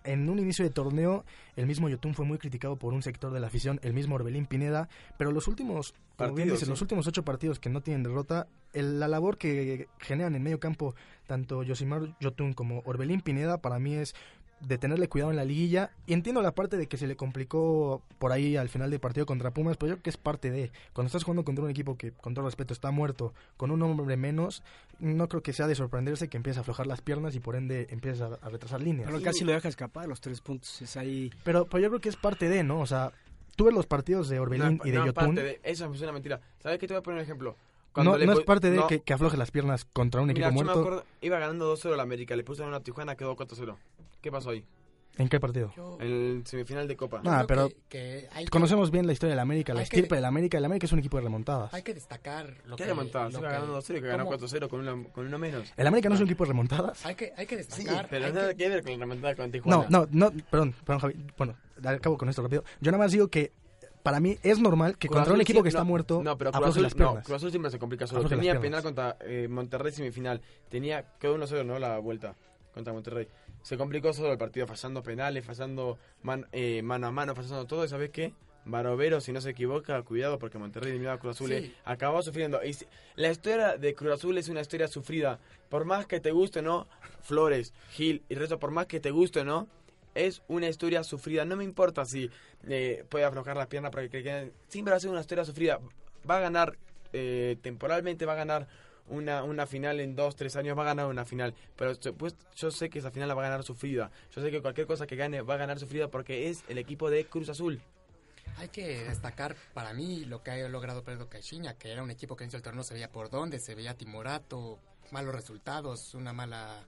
Speaker 2: en un inicio de torneo, el mismo Yotun fue muy criticado por un sector de la afición, el mismo Orbelín Pineda, pero los últimos, como
Speaker 5: Partidos,
Speaker 2: bien dices,
Speaker 5: sí.
Speaker 2: los últimos ocho partidos que no tienen derrota, el- la labor que generan en medio campo, tanto Yosimar Yotun como Orbelín Pineda, para mí es de tenerle cuidado en la liguilla, y entiendo la parte de que se le complicó por ahí al final del partido contra Pumas, pero yo creo que es parte de, cuando estás jugando contra un equipo que, con todo respeto, está muerto, con un hombre menos, no creo que sea de sorprenderse que empiece a aflojar las piernas y por ende empiece a, a retrasar líneas.
Speaker 7: Pero casi lo deja escapar, los tres puntos. Es ahí.
Speaker 2: Pero, pero yo creo que es parte de, ¿no? O sea, tú ves los partidos de Orbelín
Speaker 5: No,
Speaker 2: y de
Speaker 5: no,
Speaker 2: Yotun,
Speaker 5: parte de- eso es una mentira. ¿Sabes qué? Te voy a poner un ejemplo.
Speaker 2: no,
Speaker 5: le
Speaker 2: no es
Speaker 5: pu-
Speaker 2: parte de
Speaker 5: no,
Speaker 2: que, que afloje las piernas contra un
Speaker 5: Mira,
Speaker 2: equipo
Speaker 5: yo me
Speaker 2: muerto.
Speaker 5: acuerdo, iba ganando dos cero la América, le puse una Tijuana, quedó cuatro cero. ¿Qué pasó ahí?
Speaker 2: ¿En qué partido?
Speaker 6: Yo,
Speaker 5: En el semifinal de Copa.
Speaker 6: yo
Speaker 2: Ah,
Speaker 6: creo
Speaker 2: pero
Speaker 6: que, que hay que-
Speaker 2: Conocemos bien la historia de la América, la
Speaker 6: hay que-
Speaker 2: estirpe de la América. El América es un equipo de remontadas.
Speaker 6: Hay que destacar lo
Speaker 5: ¿Qué
Speaker 6: que...
Speaker 5: remontada?
Speaker 6: lo
Speaker 5: Iba
Speaker 6: que-
Speaker 5: ganando dos cero y que ganó
Speaker 6: cómo-
Speaker 5: cuatro cero con, una- con uno menos.
Speaker 2: El América no es un equipo de remontadas.
Speaker 6: Hay que, hay que
Speaker 5: Sí,
Speaker 6: destacar...
Speaker 5: pero
Speaker 6: hay
Speaker 5: nada
Speaker 6: que-
Speaker 5: que ver con la remontada con Tijuana.
Speaker 2: No, no, no, perdón, perdón, Javi. Bueno, acabo con esto rápido. Yo nada más digo que para mí es normal que
Speaker 5: Cruz
Speaker 2: contra un
Speaker 5: Azul
Speaker 2: equipo que
Speaker 5: sí-
Speaker 2: está
Speaker 5: no,
Speaker 2: muerto
Speaker 5: no, pero Cruz
Speaker 2: afloje
Speaker 5: Azul,
Speaker 2: las
Speaker 5: no,
Speaker 2: piernas.
Speaker 5: Cruz Azul siempre se complica solo.
Speaker 2: Afloje las
Speaker 5: Tenía
Speaker 2: piernas.
Speaker 5: penal contra eh, Monterrey semifinal. Tenía, quedó uno cero, ¿no? La vuelta contra Monterrey. Se complicó solo el partido, fallando penales, fallando man- eh, mano a mano, fallando todo. ¿Y sabes qué? Barovero, si no se equivoca, cuidado porque Monterrey eliminó a Cruz Azul.
Speaker 6: Sí.
Speaker 5: eh, acabó sufriendo. Y si- la historia de Cruz Azul es una historia sufrida. Por más que te guste, ¿no? Flores, Gil y Rezo, por más que te guste, ¿no? Es una historia sufrida. No me importa si eh, puede aflojar las piernas para que queden. Siempre va a ser una historia sufrida. Va a ganar eh, temporalmente, va a ganar una, una final en dos, tres años, va a ganar una final. Pero pues, yo sé que esa final la va a ganar sufrida. Yo sé que cualquier cosa que gane va a ganar sufrida porque es el equipo de Cruz Azul.
Speaker 6: Hay que destacar para mí lo que ha logrado Pedro Caixinha, que era un equipo que en el torneo no se veía por dónde, se veía timorato, malos resultados, una mala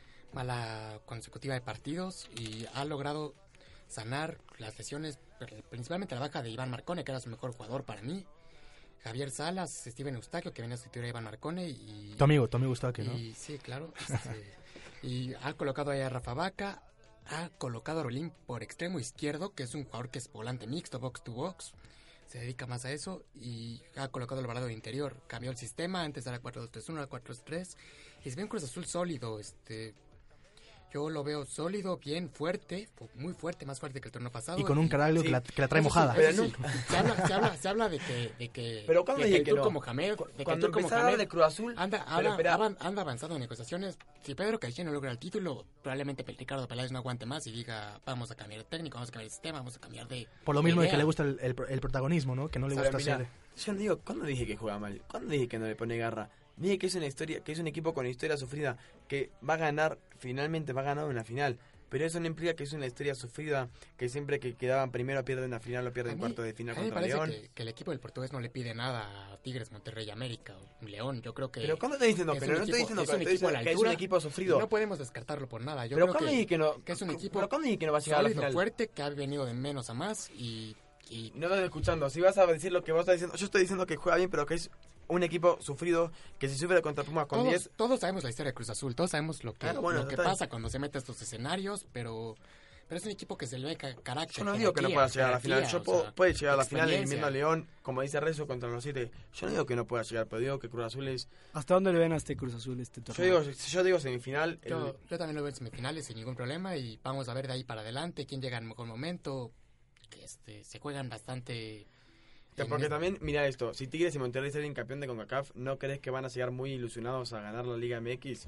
Speaker 6: mala consecutiva de partidos y ha logrado sanar las lesiones, principalmente la baja de Iván Marcone, que era su mejor jugador para mí, Javier Salas, Steven Eustaquio, que venía a sustituir a Iván Marcone y...
Speaker 2: Tu amigo, tu amigo Eustaquio, ¿no?
Speaker 6: Y, sí, claro. Este, y ha colocado ahí a Rafa Vaca, ha colocado a Rolín por extremo izquierdo, que es un jugador que es volante mixto, box to box. Se dedica más a eso y ha colocado el Alvarado de interior. Cambió el sistema, antes era cuatro dos tres uno, ahora cuatro dos tres. Y se ve un Cruz Azul sólido, este... Yo lo veo sólido, bien, fuerte, muy fuerte, más fuerte que el torneo pasado.
Speaker 2: Y con un Caraglio
Speaker 5: sí,
Speaker 2: que, la, que la trae
Speaker 6: Eso sí,
Speaker 2: mojada.
Speaker 6: eso sí. Se habla, se habla, se habla de que, de que,
Speaker 5: Pero ¿cuándo
Speaker 6: de
Speaker 5: dije
Speaker 6: el
Speaker 5: que
Speaker 6: Turco
Speaker 5: no?
Speaker 6: Mohamed, de que el
Speaker 5: Cuando
Speaker 6: Turco
Speaker 5: empezaba a hablar
Speaker 6: Mohamed
Speaker 5: de Cruz Azul,
Speaker 6: anda,
Speaker 5: pero
Speaker 6: anda,
Speaker 5: espera.
Speaker 6: avan- anda avanzando en negociaciones. Si Pedro Caixinha no logra el título, probablemente Ricardo Peláez no aguante más y diga, vamos a cambiar de técnico, vamos a cambiar de sistema, vamos a cambiar de...
Speaker 2: Por lo mismo de que
Speaker 6: idea.
Speaker 2: le gusta el, el, el protagonismo, ¿no? Que no le
Speaker 5: ¿sabes?
Speaker 2: gusta
Speaker 5: Mira,
Speaker 2: ser...
Speaker 5: yo no digo, ¿cuándo dije que juega mal? ¿Cuándo dije que no le pone garra? Dije que es una historia, que es un equipo con historia sufrida, que va a ganar, finalmente va a ganar una final. Pero eso no implica que es una historia sufrida, que siempre que quedaban primero pierden la final o pierden
Speaker 6: A mí-
Speaker 5: cuarto de final
Speaker 6: a mí me
Speaker 5: contra
Speaker 6: parece
Speaker 5: León.
Speaker 6: que, que el equipo del portugués no le pide nada a Tigres, Monterrey, América o León. Yo creo que...
Speaker 5: Pero ¿cuándo estoy diciendo?
Speaker 6: es
Speaker 5: Pero
Speaker 6: un
Speaker 5: no estoy
Speaker 6: equipo-
Speaker 5: diciendo
Speaker 6: es
Speaker 5: que,
Speaker 6: un
Speaker 5: estoy
Speaker 6: equipo a
Speaker 5: diciendo
Speaker 6: la
Speaker 5: que es un
Speaker 6: altura
Speaker 5: equipo sufrido.
Speaker 6: No podemos descartarlo por nada. Yo
Speaker 5: Pero
Speaker 6: creo
Speaker 5: ¿cuándo
Speaker 6: que,
Speaker 5: dije que no?
Speaker 6: que es un equipo
Speaker 5: Pero ¿cuándo dije que no va a llegar a la
Speaker 6: sólido,
Speaker 5: final?
Speaker 6: fuerte, que ha venido de menos a más y... y
Speaker 5: No estás escuchando. Si vas a decir lo que vos estás diciendo, yo estoy diciendo que juega bien, pero que es un equipo sufrido, que si sufre contra Pumas con
Speaker 6: todos,
Speaker 5: diez...
Speaker 6: todos sabemos la historia de Cruz Azul, todos sabemos lo que,
Speaker 5: Claro, bueno,
Speaker 6: lo que
Speaker 5: está bien.
Speaker 6: pasa cuando se mete a estos escenarios, pero, pero es un equipo que se le ve ca- carácter.
Speaker 5: Yo no digo que no
Speaker 6: jerarquía,
Speaker 5: pueda llegar a la final.
Speaker 6: jerarquía,
Speaker 5: Yo
Speaker 6: o
Speaker 5: puedo,
Speaker 6: sea,
Speaker 5: puede llegar a la final
Speaker 6: experiencia.
Speaker 5: eliminando a León, como dice Rezo, contra los siete. Yo no digo que no pueda llegar, pero digo que Cruz Azul es...
Speaker 7: ¿Hasta dónde le ven a este Cruz Azul este
Speaker 5: Yo
Speaker 7: torneo?
Speaker 5: digo, si yo digo semifinal... el-
Speaker 6: Yo, yo también lo veo en semifinales sin ningún problema y vamos a ver de ahí para adelante quién llega en mejor momento, que este, se juegan bastante...
Speaker 5: Que
Speaker 6: en
Speaker 5: porque
Speaker 6: el-
Speaker 5: también, mira esto, si Tigres y Monterrey salen campeón de CONCACAF, ¿no crees que van a llegar muy ilusionados a ganar la Liga M X?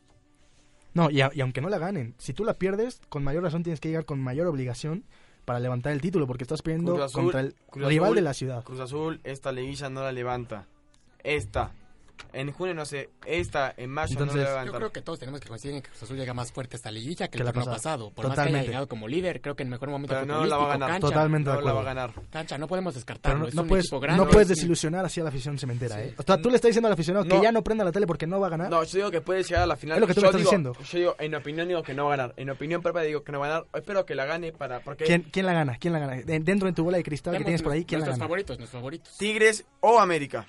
Speaker 2: No, y, a- y aunque no la ganen, si tú la pierdes, con mayor razón tienes que llegar con mayor obligación para levantar el título, porque estás perdiendo
Speaker 5: Cruz Azul-
Speaker 2: contra el
Speaker 5: Cruz
Speaker 2: rival
Speaker 5: Azul-
Speaker 2: de la ciudad.
Speaker 5: Cruz Azul, esta liguilla no la levanta. Esta. En junio no sé, esta en mayo no
Speaker 2: Entonces,
Speaker 5: la
Speaker 6: Yo
Speaker 5: levanta.
Speaker 6: creo que todos tenemos que coincidir en que Cruz Azul llega más fuerte a esta liguilla que,
Speaker 2: Que
Speaker 6: el
Speaker 2: la
Speaker 6: torneo
Speaker 2: pasada.
Speaker 6: pasado. Por más que
Speaker 2: Totalmente.
Speaker 6: haya llegado como líder, creo que en mejor momento
Speaker 5: Pero no la va a
Speaker 6: futbolístico,
Speaker 5: ganar.
Speaker 6: cancha,
Speaker 2: Totalmente de
Speaker 5: No la va a
Speaker 2: acuerdo.
Speaker 5: ganar.
Speaker 6: cancha, no podemos
Speaker 2: Pero
Speaker 6: descartarlo.
Speaker 2: no,
Speaker 6: es
Speaker 2: no
Speaker 6: un
Speaker 2: puedes,
Speaker 6: equipo grande.
Speaker 2: no puedes
Speaker 6: es un-
Speaker 2: desilusionar así a la afición cementera,
Speaker 6: Sí.
Speaker 2: ¿eh? O sea, tú le estás diciendo al aficionado
Speaker 5: No.
Speaker 2: que ya no prenda la tele porque no va a ganar.
Speaker 5: No, yo digo que puede llegar a la final.
Speaker 2: Es lo que tú
Speaker 5: yo
Speaker 2: me estás
Speaker 5: digo,
Speaker 2: diciendo.
Speaker 5: Yo digo, en opinión digo que no va a ganar. En opinión propia digo que no va a ganar. Espero que la gane para... porque
Speaker 2: ¿Quién, ¿Quién la gana? ¿Quién la gana? De- Dentro de tu bola de cristal que
Speaker 6: Vemos
Speaker 2: tienes por ahí, ¿quién la
Speaker 6: nuestros
Speaker 2: gana?
Speaker 6: favoritos, nuestros favoritos.
Speaker 5: Tigres o América.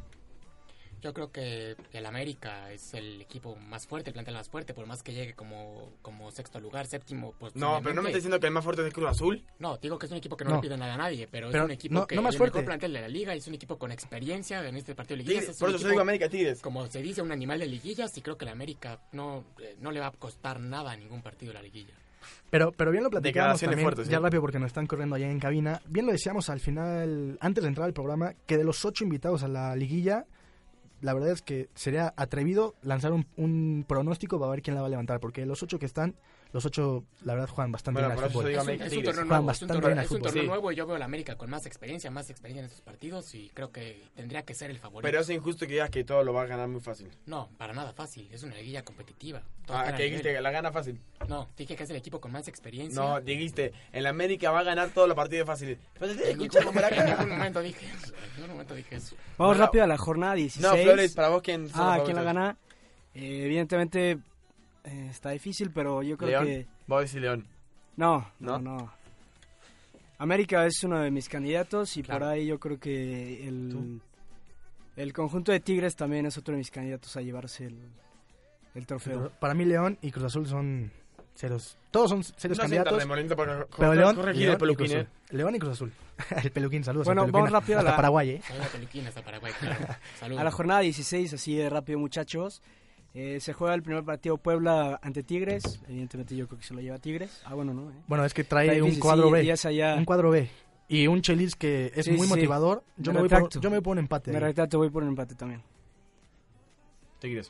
Speaker 6: Yo creo que el América es el equipo más fuerte, el plantel más fuerte, por más que llegue como, como sexto lugar, séptimo. Pues,
Speaker 5: No, pero no me estás diciendo que el más fuerte es el Cruz Azul.
Speaker 6: No, digo que es un equipo que no,
Speaker 2: No.
Speaker 6: le pide nada a nadie, pero,
Speaker 2: Pero
Speaker 6: es un equipo
Speaker 2: no-
Speaker 6: que
Speaker 2: no más
Speaker 6: es el
Speaker 2: fuerte.
Speaker 6: mejor plantel de la liga, es un equipo con experiencia en este partido de liguillas.
Speaker 5: Tigres,
Speaker 6: es
Speaker 5: por
Speaker 6: un
Speaker 5: eso yo
Speaker 6: equipo,
Speaker 5: digo América Tigres.
Speaker 6: como se dice, un animal de liguillas y creo que el América no, eh, no le va a costar nada a ningún partido de la liguilla.
Speaker 2: Pero, pero bien lo platicábamos
Speaker 5: Declaraciones
Speaker 2: también,
Speaker 5: fuertes,
Speaker 2: ya
Speaker 5: ¿eh?
Speaker 2: rápido porque nos están corriendo allá en cabina. Bien lo decíamos al final, antes de entrar al programa, que de los ocho invitados a la liguilla, la verdad es que sería atrevido lanzar un, un pronóstico para ver quién la va a levantar, porque los ocho que están, los ocho, la verdad, juegan bastante
Speaker 5: Bueno,
Speaker 2: bien
Speaker 5: por
Speaker 2: al
Speaker 5: eso
Speaker 2: fútbol.
Speaker 5: digo
Speaker 6: Es un,
Speaker 5: América
Speaker 6: es un
Speaker 5: Tigres.
Speaker 6: torneo
Speaker 2: Juegan
Speaker 6: nuevo, es un
Speaker 2: bastante
Speaker 6: torneo,
Speaker 2: bien al
Speaker 6: es un
Speaker 2: fútbol.
Speaker 6: torneo
Speaker 5: Sí.
Speaker 6: nuevo y yo veo a la América con más experiencia, más experiencia en estos partidos y creo que tendría que ser el favorito.
Speaker 5: Pero es injusto que digas que todo lo va a ganar muy fácil.
Speaker 6: No, para nada fácil, es una liguilla competitiva. Todos
Speaker 5: Ah,
Speaker 6: están
Speaker 5: que
Speaker 6: al
Speaker 5: dijiste
Speaker 6: nivel.
Speaker 5: que la gana fácil.
Speaker 6: No, dije que es el equipo con más experiencia.
Speaker 5: No, dijiste, el América va a ganar todos los partidos fáciles. Pero te estoy
Speaker 6: en ningún,
Speaker 5: escuchando por
Speaker 6: en
Speaker 5: acá.
Speaker 6: ningún momento dije eso. En ningún momento dije eso.
Speaker 7: Vamos
Speaker 5: Bueno,
Speaker 7: rápido a la jornada dieciséis.
Speaker 5: No, Flores, para vos, ¿quién son
Speaker 7: Ah,
Speaker 5: los
Speaker 7: ¿quién la
Speaker 5: favoritos?
Speaker 7: gana? Eh, evidentemente eh, está difícil, pero yo creo
Speaker 5: León.
Speaker 7: que...
Speaker 5: Vos decís León.
Speaker 7: No,
Speaker 5: ¿No?
Speaker 7: no, no. América es uno de mis candidatos y
Speaker 6: Claro.
Speaker 7: por ahí yo creo que el,
Speaker 2: ¿Tú?
Speaker 7: el conjunto de Tigres también es otro de mis candidatos a llevarse el, el trofeo.
Speaker 2: Para mí León y Cruz Azul son ceros. Todos son serios
Speaker 5: No sientas
Speaker 2: candidatos.
Speaker 5: remoliento porque
Speaker 2: Pero León,
Speaker 5: corregí
Speaker 2: León
Speaker 5: de
Speaker 2: y
Speaker 5: peluquín,
Speaker 2: Cruz
Speaker 5: eh.
Speaker 2: Azul. León y Cruz Azul. El peluquín, saludos
Speaker 7: Bueno,
Speaker 2: al peluquín.
Speaker 7: vamos rápido a
Speaker 2: hasta
Speaker 7: la-
Speaker 2: Paraguay, ¿eh?
Speaker 6: Saludos a Peluquín hasta Paraguay, claro. Saludos.
Speaker 7: A la jornada dieciséis, así de rápido, muchachos. Eh, se juega el primer partido Puebla ante Tigres. Evidentemente yo creo que se lo lleva Tigres. Ah, bueno, no. ¿eh?
Speaker 2: Bueno, es que trae
Speaker 7: Está
Speaker 2: un
Speaker 7: difícil,
Speaker 2: cuadro
Speaker 7: sí,
Speaker 2: B.
Speaker 7: y es allá-
Speaker 2: Un cuadro B. Y un Chelis que es
Speaker 7: Sí,
Speaker 2: muy
Speaker 7: sí.
Speaker 2: motivador. Yo
Speaker 7: Me
Speaker 2: me, voy por,
Speaker 7: retracto.
Speaker 2: yo me voy por un empate.
Speaker 7: Me
Speaker 2: ahí.
Speaker 7: retracto, voy por un empate también.
Speaker 5: Tigres.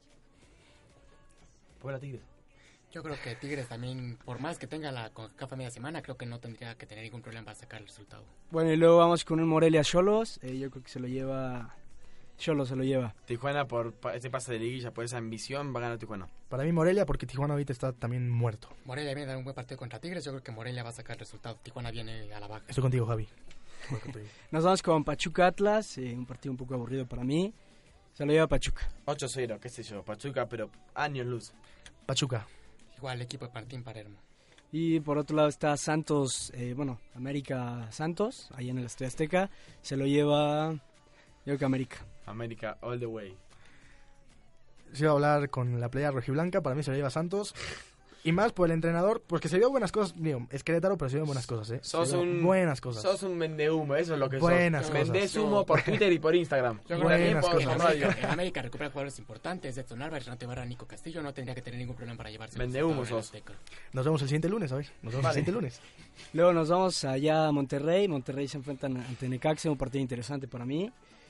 Speaker 5: Puebla Tigres.
Speaker 6: Yo creo que Tigres también, por más que tenga la CONCACAF a media semana, creo que no tendría que tener ningún problema para sacar el resultado.
Speaker 7: Bueno, y luego vamos con un Morelia Xolos. Eh, yo creo que se lo lleva... Xolos se lo lleva.
Speaker 5: Tijuana, por pa- ese pase de liguilla, por esa ambición, va a ganar Tijuana.
Speaker 2: Para mí Morelia, porque Tijuana ahorita está también muerto.
Speaker 6: Morelia viene a dar un buen partido contra Tigres, yo creo que Morelia va a sacar el resultado. Tijuana viene a la baja.
Speaker 2: Estoy contigo, Javi.
Speaker 7: Nos vamos con Pachuca Atlas. Eh, un partido un poco aburrido para mí. Se lo lleva Pachuca.
Speaker 5: ocho cero, qué sé yo, Pachuca, pero años luz.
Speaker 2: Creo
Speaker 6: Igual el equipo de Martín Palermo.
Speaker 7: Y por otro lado está Santos, eh, bueno, América Santos, ahí en el Estadio Azteca. Se lo lleva, yo creo que América.
Speaker 5: América all the way.
Speaker 2: Si iba a hablar con la playa rojiblanca, para mí se lo lleva Santos. Y más por el entrenador, porque se vio buenas cosas. Digo, es Querétaro, pero se vio buenas cosas, ¿eh?
Speaker 5: Sos
Speaker 2: Se vio
Speaker 5: un-
Speaker 2: buenas cosas.
Speaker 5: Sos un vendehumo, eso es lo que
Speaker 2: Buenas
Speaker 5: sos.
Speaker 2: cosas.
Speaker 5: Vendés humo por Twitter y por Instagram.
Speaker 6: Yo
Speaker 5: Y
Speaker 6: creo
Speaker 5: también
Speaker 2: Buenas
Speaker 5: por
Speaker 6: que en
Speaker 2: cosas.
Speaker 5: radio.
Speaker 6: América, en América recupera jugadores importantes. Edson Álvarez, Renato Ibarra, Nico Castillo. No tendría que tener ningún problema para llevarse el
Speaker 5: Vende
Speaker 6: resultado
Speaker 5: humo
Speaker 6: en el
Speaker 5: sos.
Speaker 6: Azteca.
Speaker 2: Nos vemos el siguiente lunes, ¿sabes? Nos vemos
Speaker 5: Vale.
Speaker 2: el siguiente lunes.
Speaker 7: Luego nos vamos allá a Monterrey. Monterrey se enfrentan ante Necaxa, un partido interesante para mí.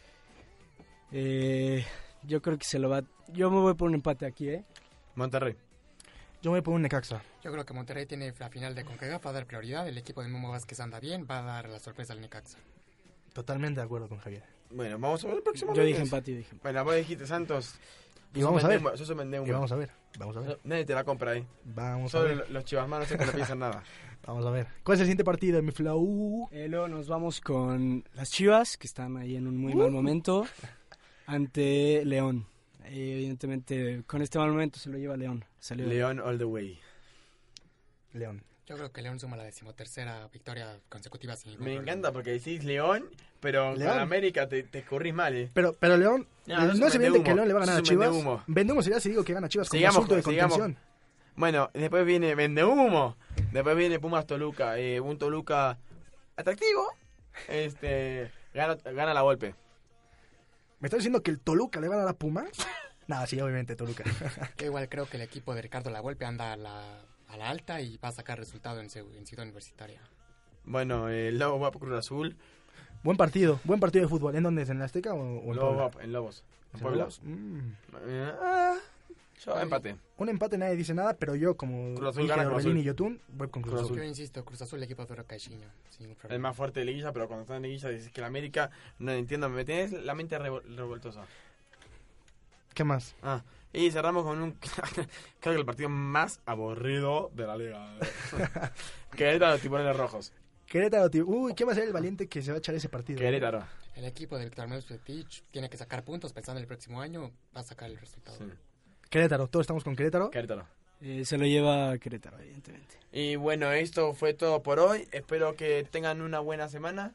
Speaker 7: Eh, yo creo que se lo va... Yo me voy por un empate aquí, ¿eh?
Speaker 5: Monterrey.
Speaker 2: Yo me voy por un Necaxa.
Speaker 6: Yo creo que Monterrey tiene la final de CONCACAF, va a dar prioridad. El equipo de Memo Vázquez anda bien, va a dar la sorpresa al Necaxa.
Speaker 2: Totalmente de acuerdo con Javier.
Speaker 5: Bueno, vamos a ver el próximo
Speaker 7: Yo
Speaker 5: lunes.
Speaker 7: dije empate, yo dije empate.
Speaker 5: Bueno, vos dijiste Santos.
Speaker 2: Y vamos a ver.
Speaker 5: Sos un vendehumo.
Speaker 2: Y vamos a ver. Vamos a ver.
Speaker 5: Nadie te la compra ahí.
Speaker 2: Vamos a
Speaker 5: Solo
Speaker 2: ver.
Speaker 5: los chivasmanos que no piensan nada.
Speaker 2: Vamos a ver. ¿Cuál es el siguiente partido, mi flow?
Speaker 7: Eh, luego nos vamos con las Chivas, que están ahí en un muy mal momento, ante León. Eh, evidentemente, con este mal momento se lo lleva León. Salió
Speaker 5: León all the way.
Speaker 2: León.
Speaker 6: Yo creo que León suma la decimotercera victoria consecutiva sin ningún
Speaker 5: Me
Speaker 6: problema.
Speaker 5: encanta porque decís León, pero
Speaker 2: León.
Speaker 5: con América te, te escurrís mal, eh.
Speaker 2: Pero, pero León,
Speaker 5: No,
Speaker 2: no,
Speaker 5: no es un
Speaker 2: es evidente
Speaker 5: vendehumo.
Speaker 2: que León le va a ganar a
Speaker 5: Es un
Speaker 2: Chivas.
Speaker 5: vendehumo.
Speaker 2: Vendehumo sería si digo que gana Chivas como
Speaker 5: Sigamos,
Speaker 2: asunto de
Speaker 5: sigamos.
Speaker 2: contención.
Speaker 5: Bueno, después viene Vendehumo. Después viene Pumas Toluca. Eh, un Toluca atractivo. Este gana, gana la golpe.
Speaker 2: ¿Me estás diciendo que el Toluca le va a dar a Pumas? Nada, sí, obviamente Toluca.
Speaker 6: Yo igual creo que el equipo de Ricardo Lavolpe anda a la, a la alta y va a sacar resultado en, Ciu- en Ciudad Universitaria.
Speaker 5: Bueno, eh, el Lobo va por Cruz Azul.
Speaker 2: Buen partido, buen partido de fútbol. ¿En dónde es? ¿En la Azteca o, o en
Speaker 5: Lobo
Speaker 2: Puebla?
Speaker 5: va en Lobos. En
Speaker 2: ¿En
Speaker 5: Puebla.
Speaker 2: Lobos? Mm.
Speaker 5: Eh, ah, yo empate.
Speaker 2: Un empate nadie dice nada, pero yo como
Speaker 5: Cruz Azul
Speaker 2: dije
Speaker 5: gana Cruz
Speaker 2: Orbelín
Speaker 5: Azul.
Speaker 2: y Yotun, voy con Cruz,
Speaker 5: Cruz
Speaker 2: Azul.
Speaker 6: Yo insisto, Cruz Azul, el equipo de Caixinho, sin ningún
Speaker 5: El
Speaker 6: problema.
Speaker 5: más fuerte de liguilla, pero cuando está en liguilla dices que la América, no entiendo, me tenés la mente revol- revoltosa.
Speaker 2: ¿Qué más?
Speaker 5: Ah, y cerramos con un, creo que el partido más aburrido de la liga. Querétaro, los tiburones rojos.
Speaker 2: Querétaro, tío. Uy, ¿quién va a ser el valiente que se va a echar ese partido?
Speaker 5: Querétaro.
Speaker 6: El equipo de Víctor Meus Petich tiene que sacar puntos pensando en el próximo año, va a sacar el resultado.
Speaker 5: Sí.
Speaker 2: Querétaro, todos estamos con Querétaro.
Speaker 5: Querétaro.
Speaker 7: Eh, se lo lleva Querétaro, evidentemente.
Speaker 5: Y bueno, esto fue todo por hoy. Espero que tengan una buena semana.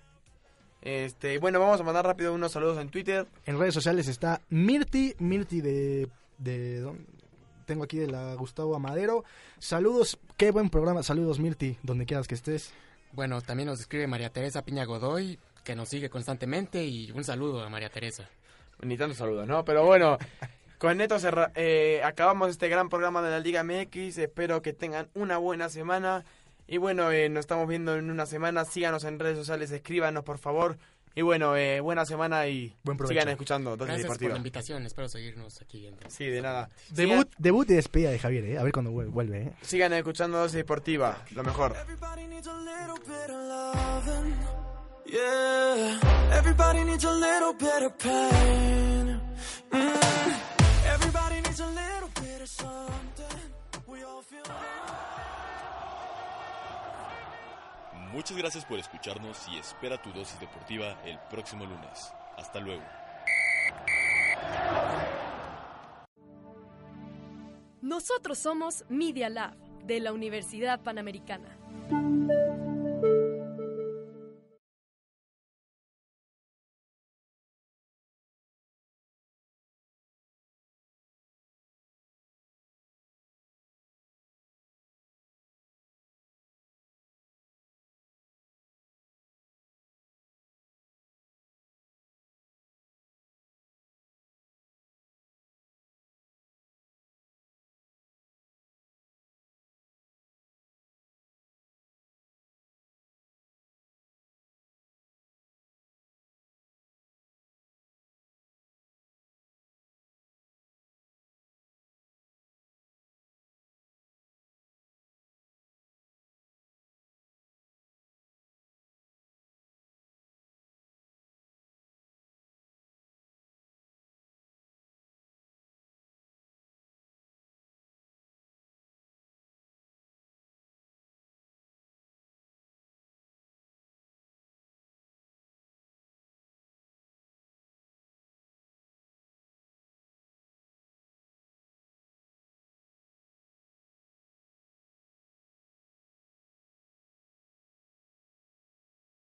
Speaker 5: Este, y bueno, vamos a mandar rápido unos saludos en Twitter.
Speaker 2: En redes sociales está Mirti, Mirti de... de ¿dónde? Tengo aquí de la Gustavo Amadero. Saludos, qué buen programa. Saludos, Mirti, donde quieras que estés.
Speaker 6: Bueno, también nos escribe María Teresa Piña Godoy, que nos sigue constantemente, y un saludo a María Teresa.
Speaker 5: Ni tantos saludos, ¿no? Pero bueno, con esto cerra- eh, acabamos este gran programa de la Liga M X. Espero que tengan una buena semana. Y bueno, eh, nos estamos viendo en una semana. Síganos en redes sociales, escríbanos por favor. Y bueno, eh, buena semana y
Speaker 2: Buen provecho.
Speaker 5: sigan escuchando Dosis
Speaker 6: Gracias por
Speaker 5: Deportiva.
Speaker 6: la invitación, espero seguirnos aquí viendo.
Speaker 5: Sí, de nada.
Speaker 2: Debut, debut y despedida de Javier, ¿eh? A ver cuando vuel- vuelve, ¿eh?
Speaker 5: Sigan escuchando Dosis Deportiva, lo mejor.
Speaker 4: Everybody needs a little bit of loving. Yeah. Everybody needs a little bit of pain. Mm. Everybody needs a little bit of something. We all feel.
Speaker 3: Muchas gracias por escucharnos y espera tu dosis deportiva el próximo lunes. Hasta luego.
Speaker 1: Nosotros somos Media Lab de la Universidad Panamericana.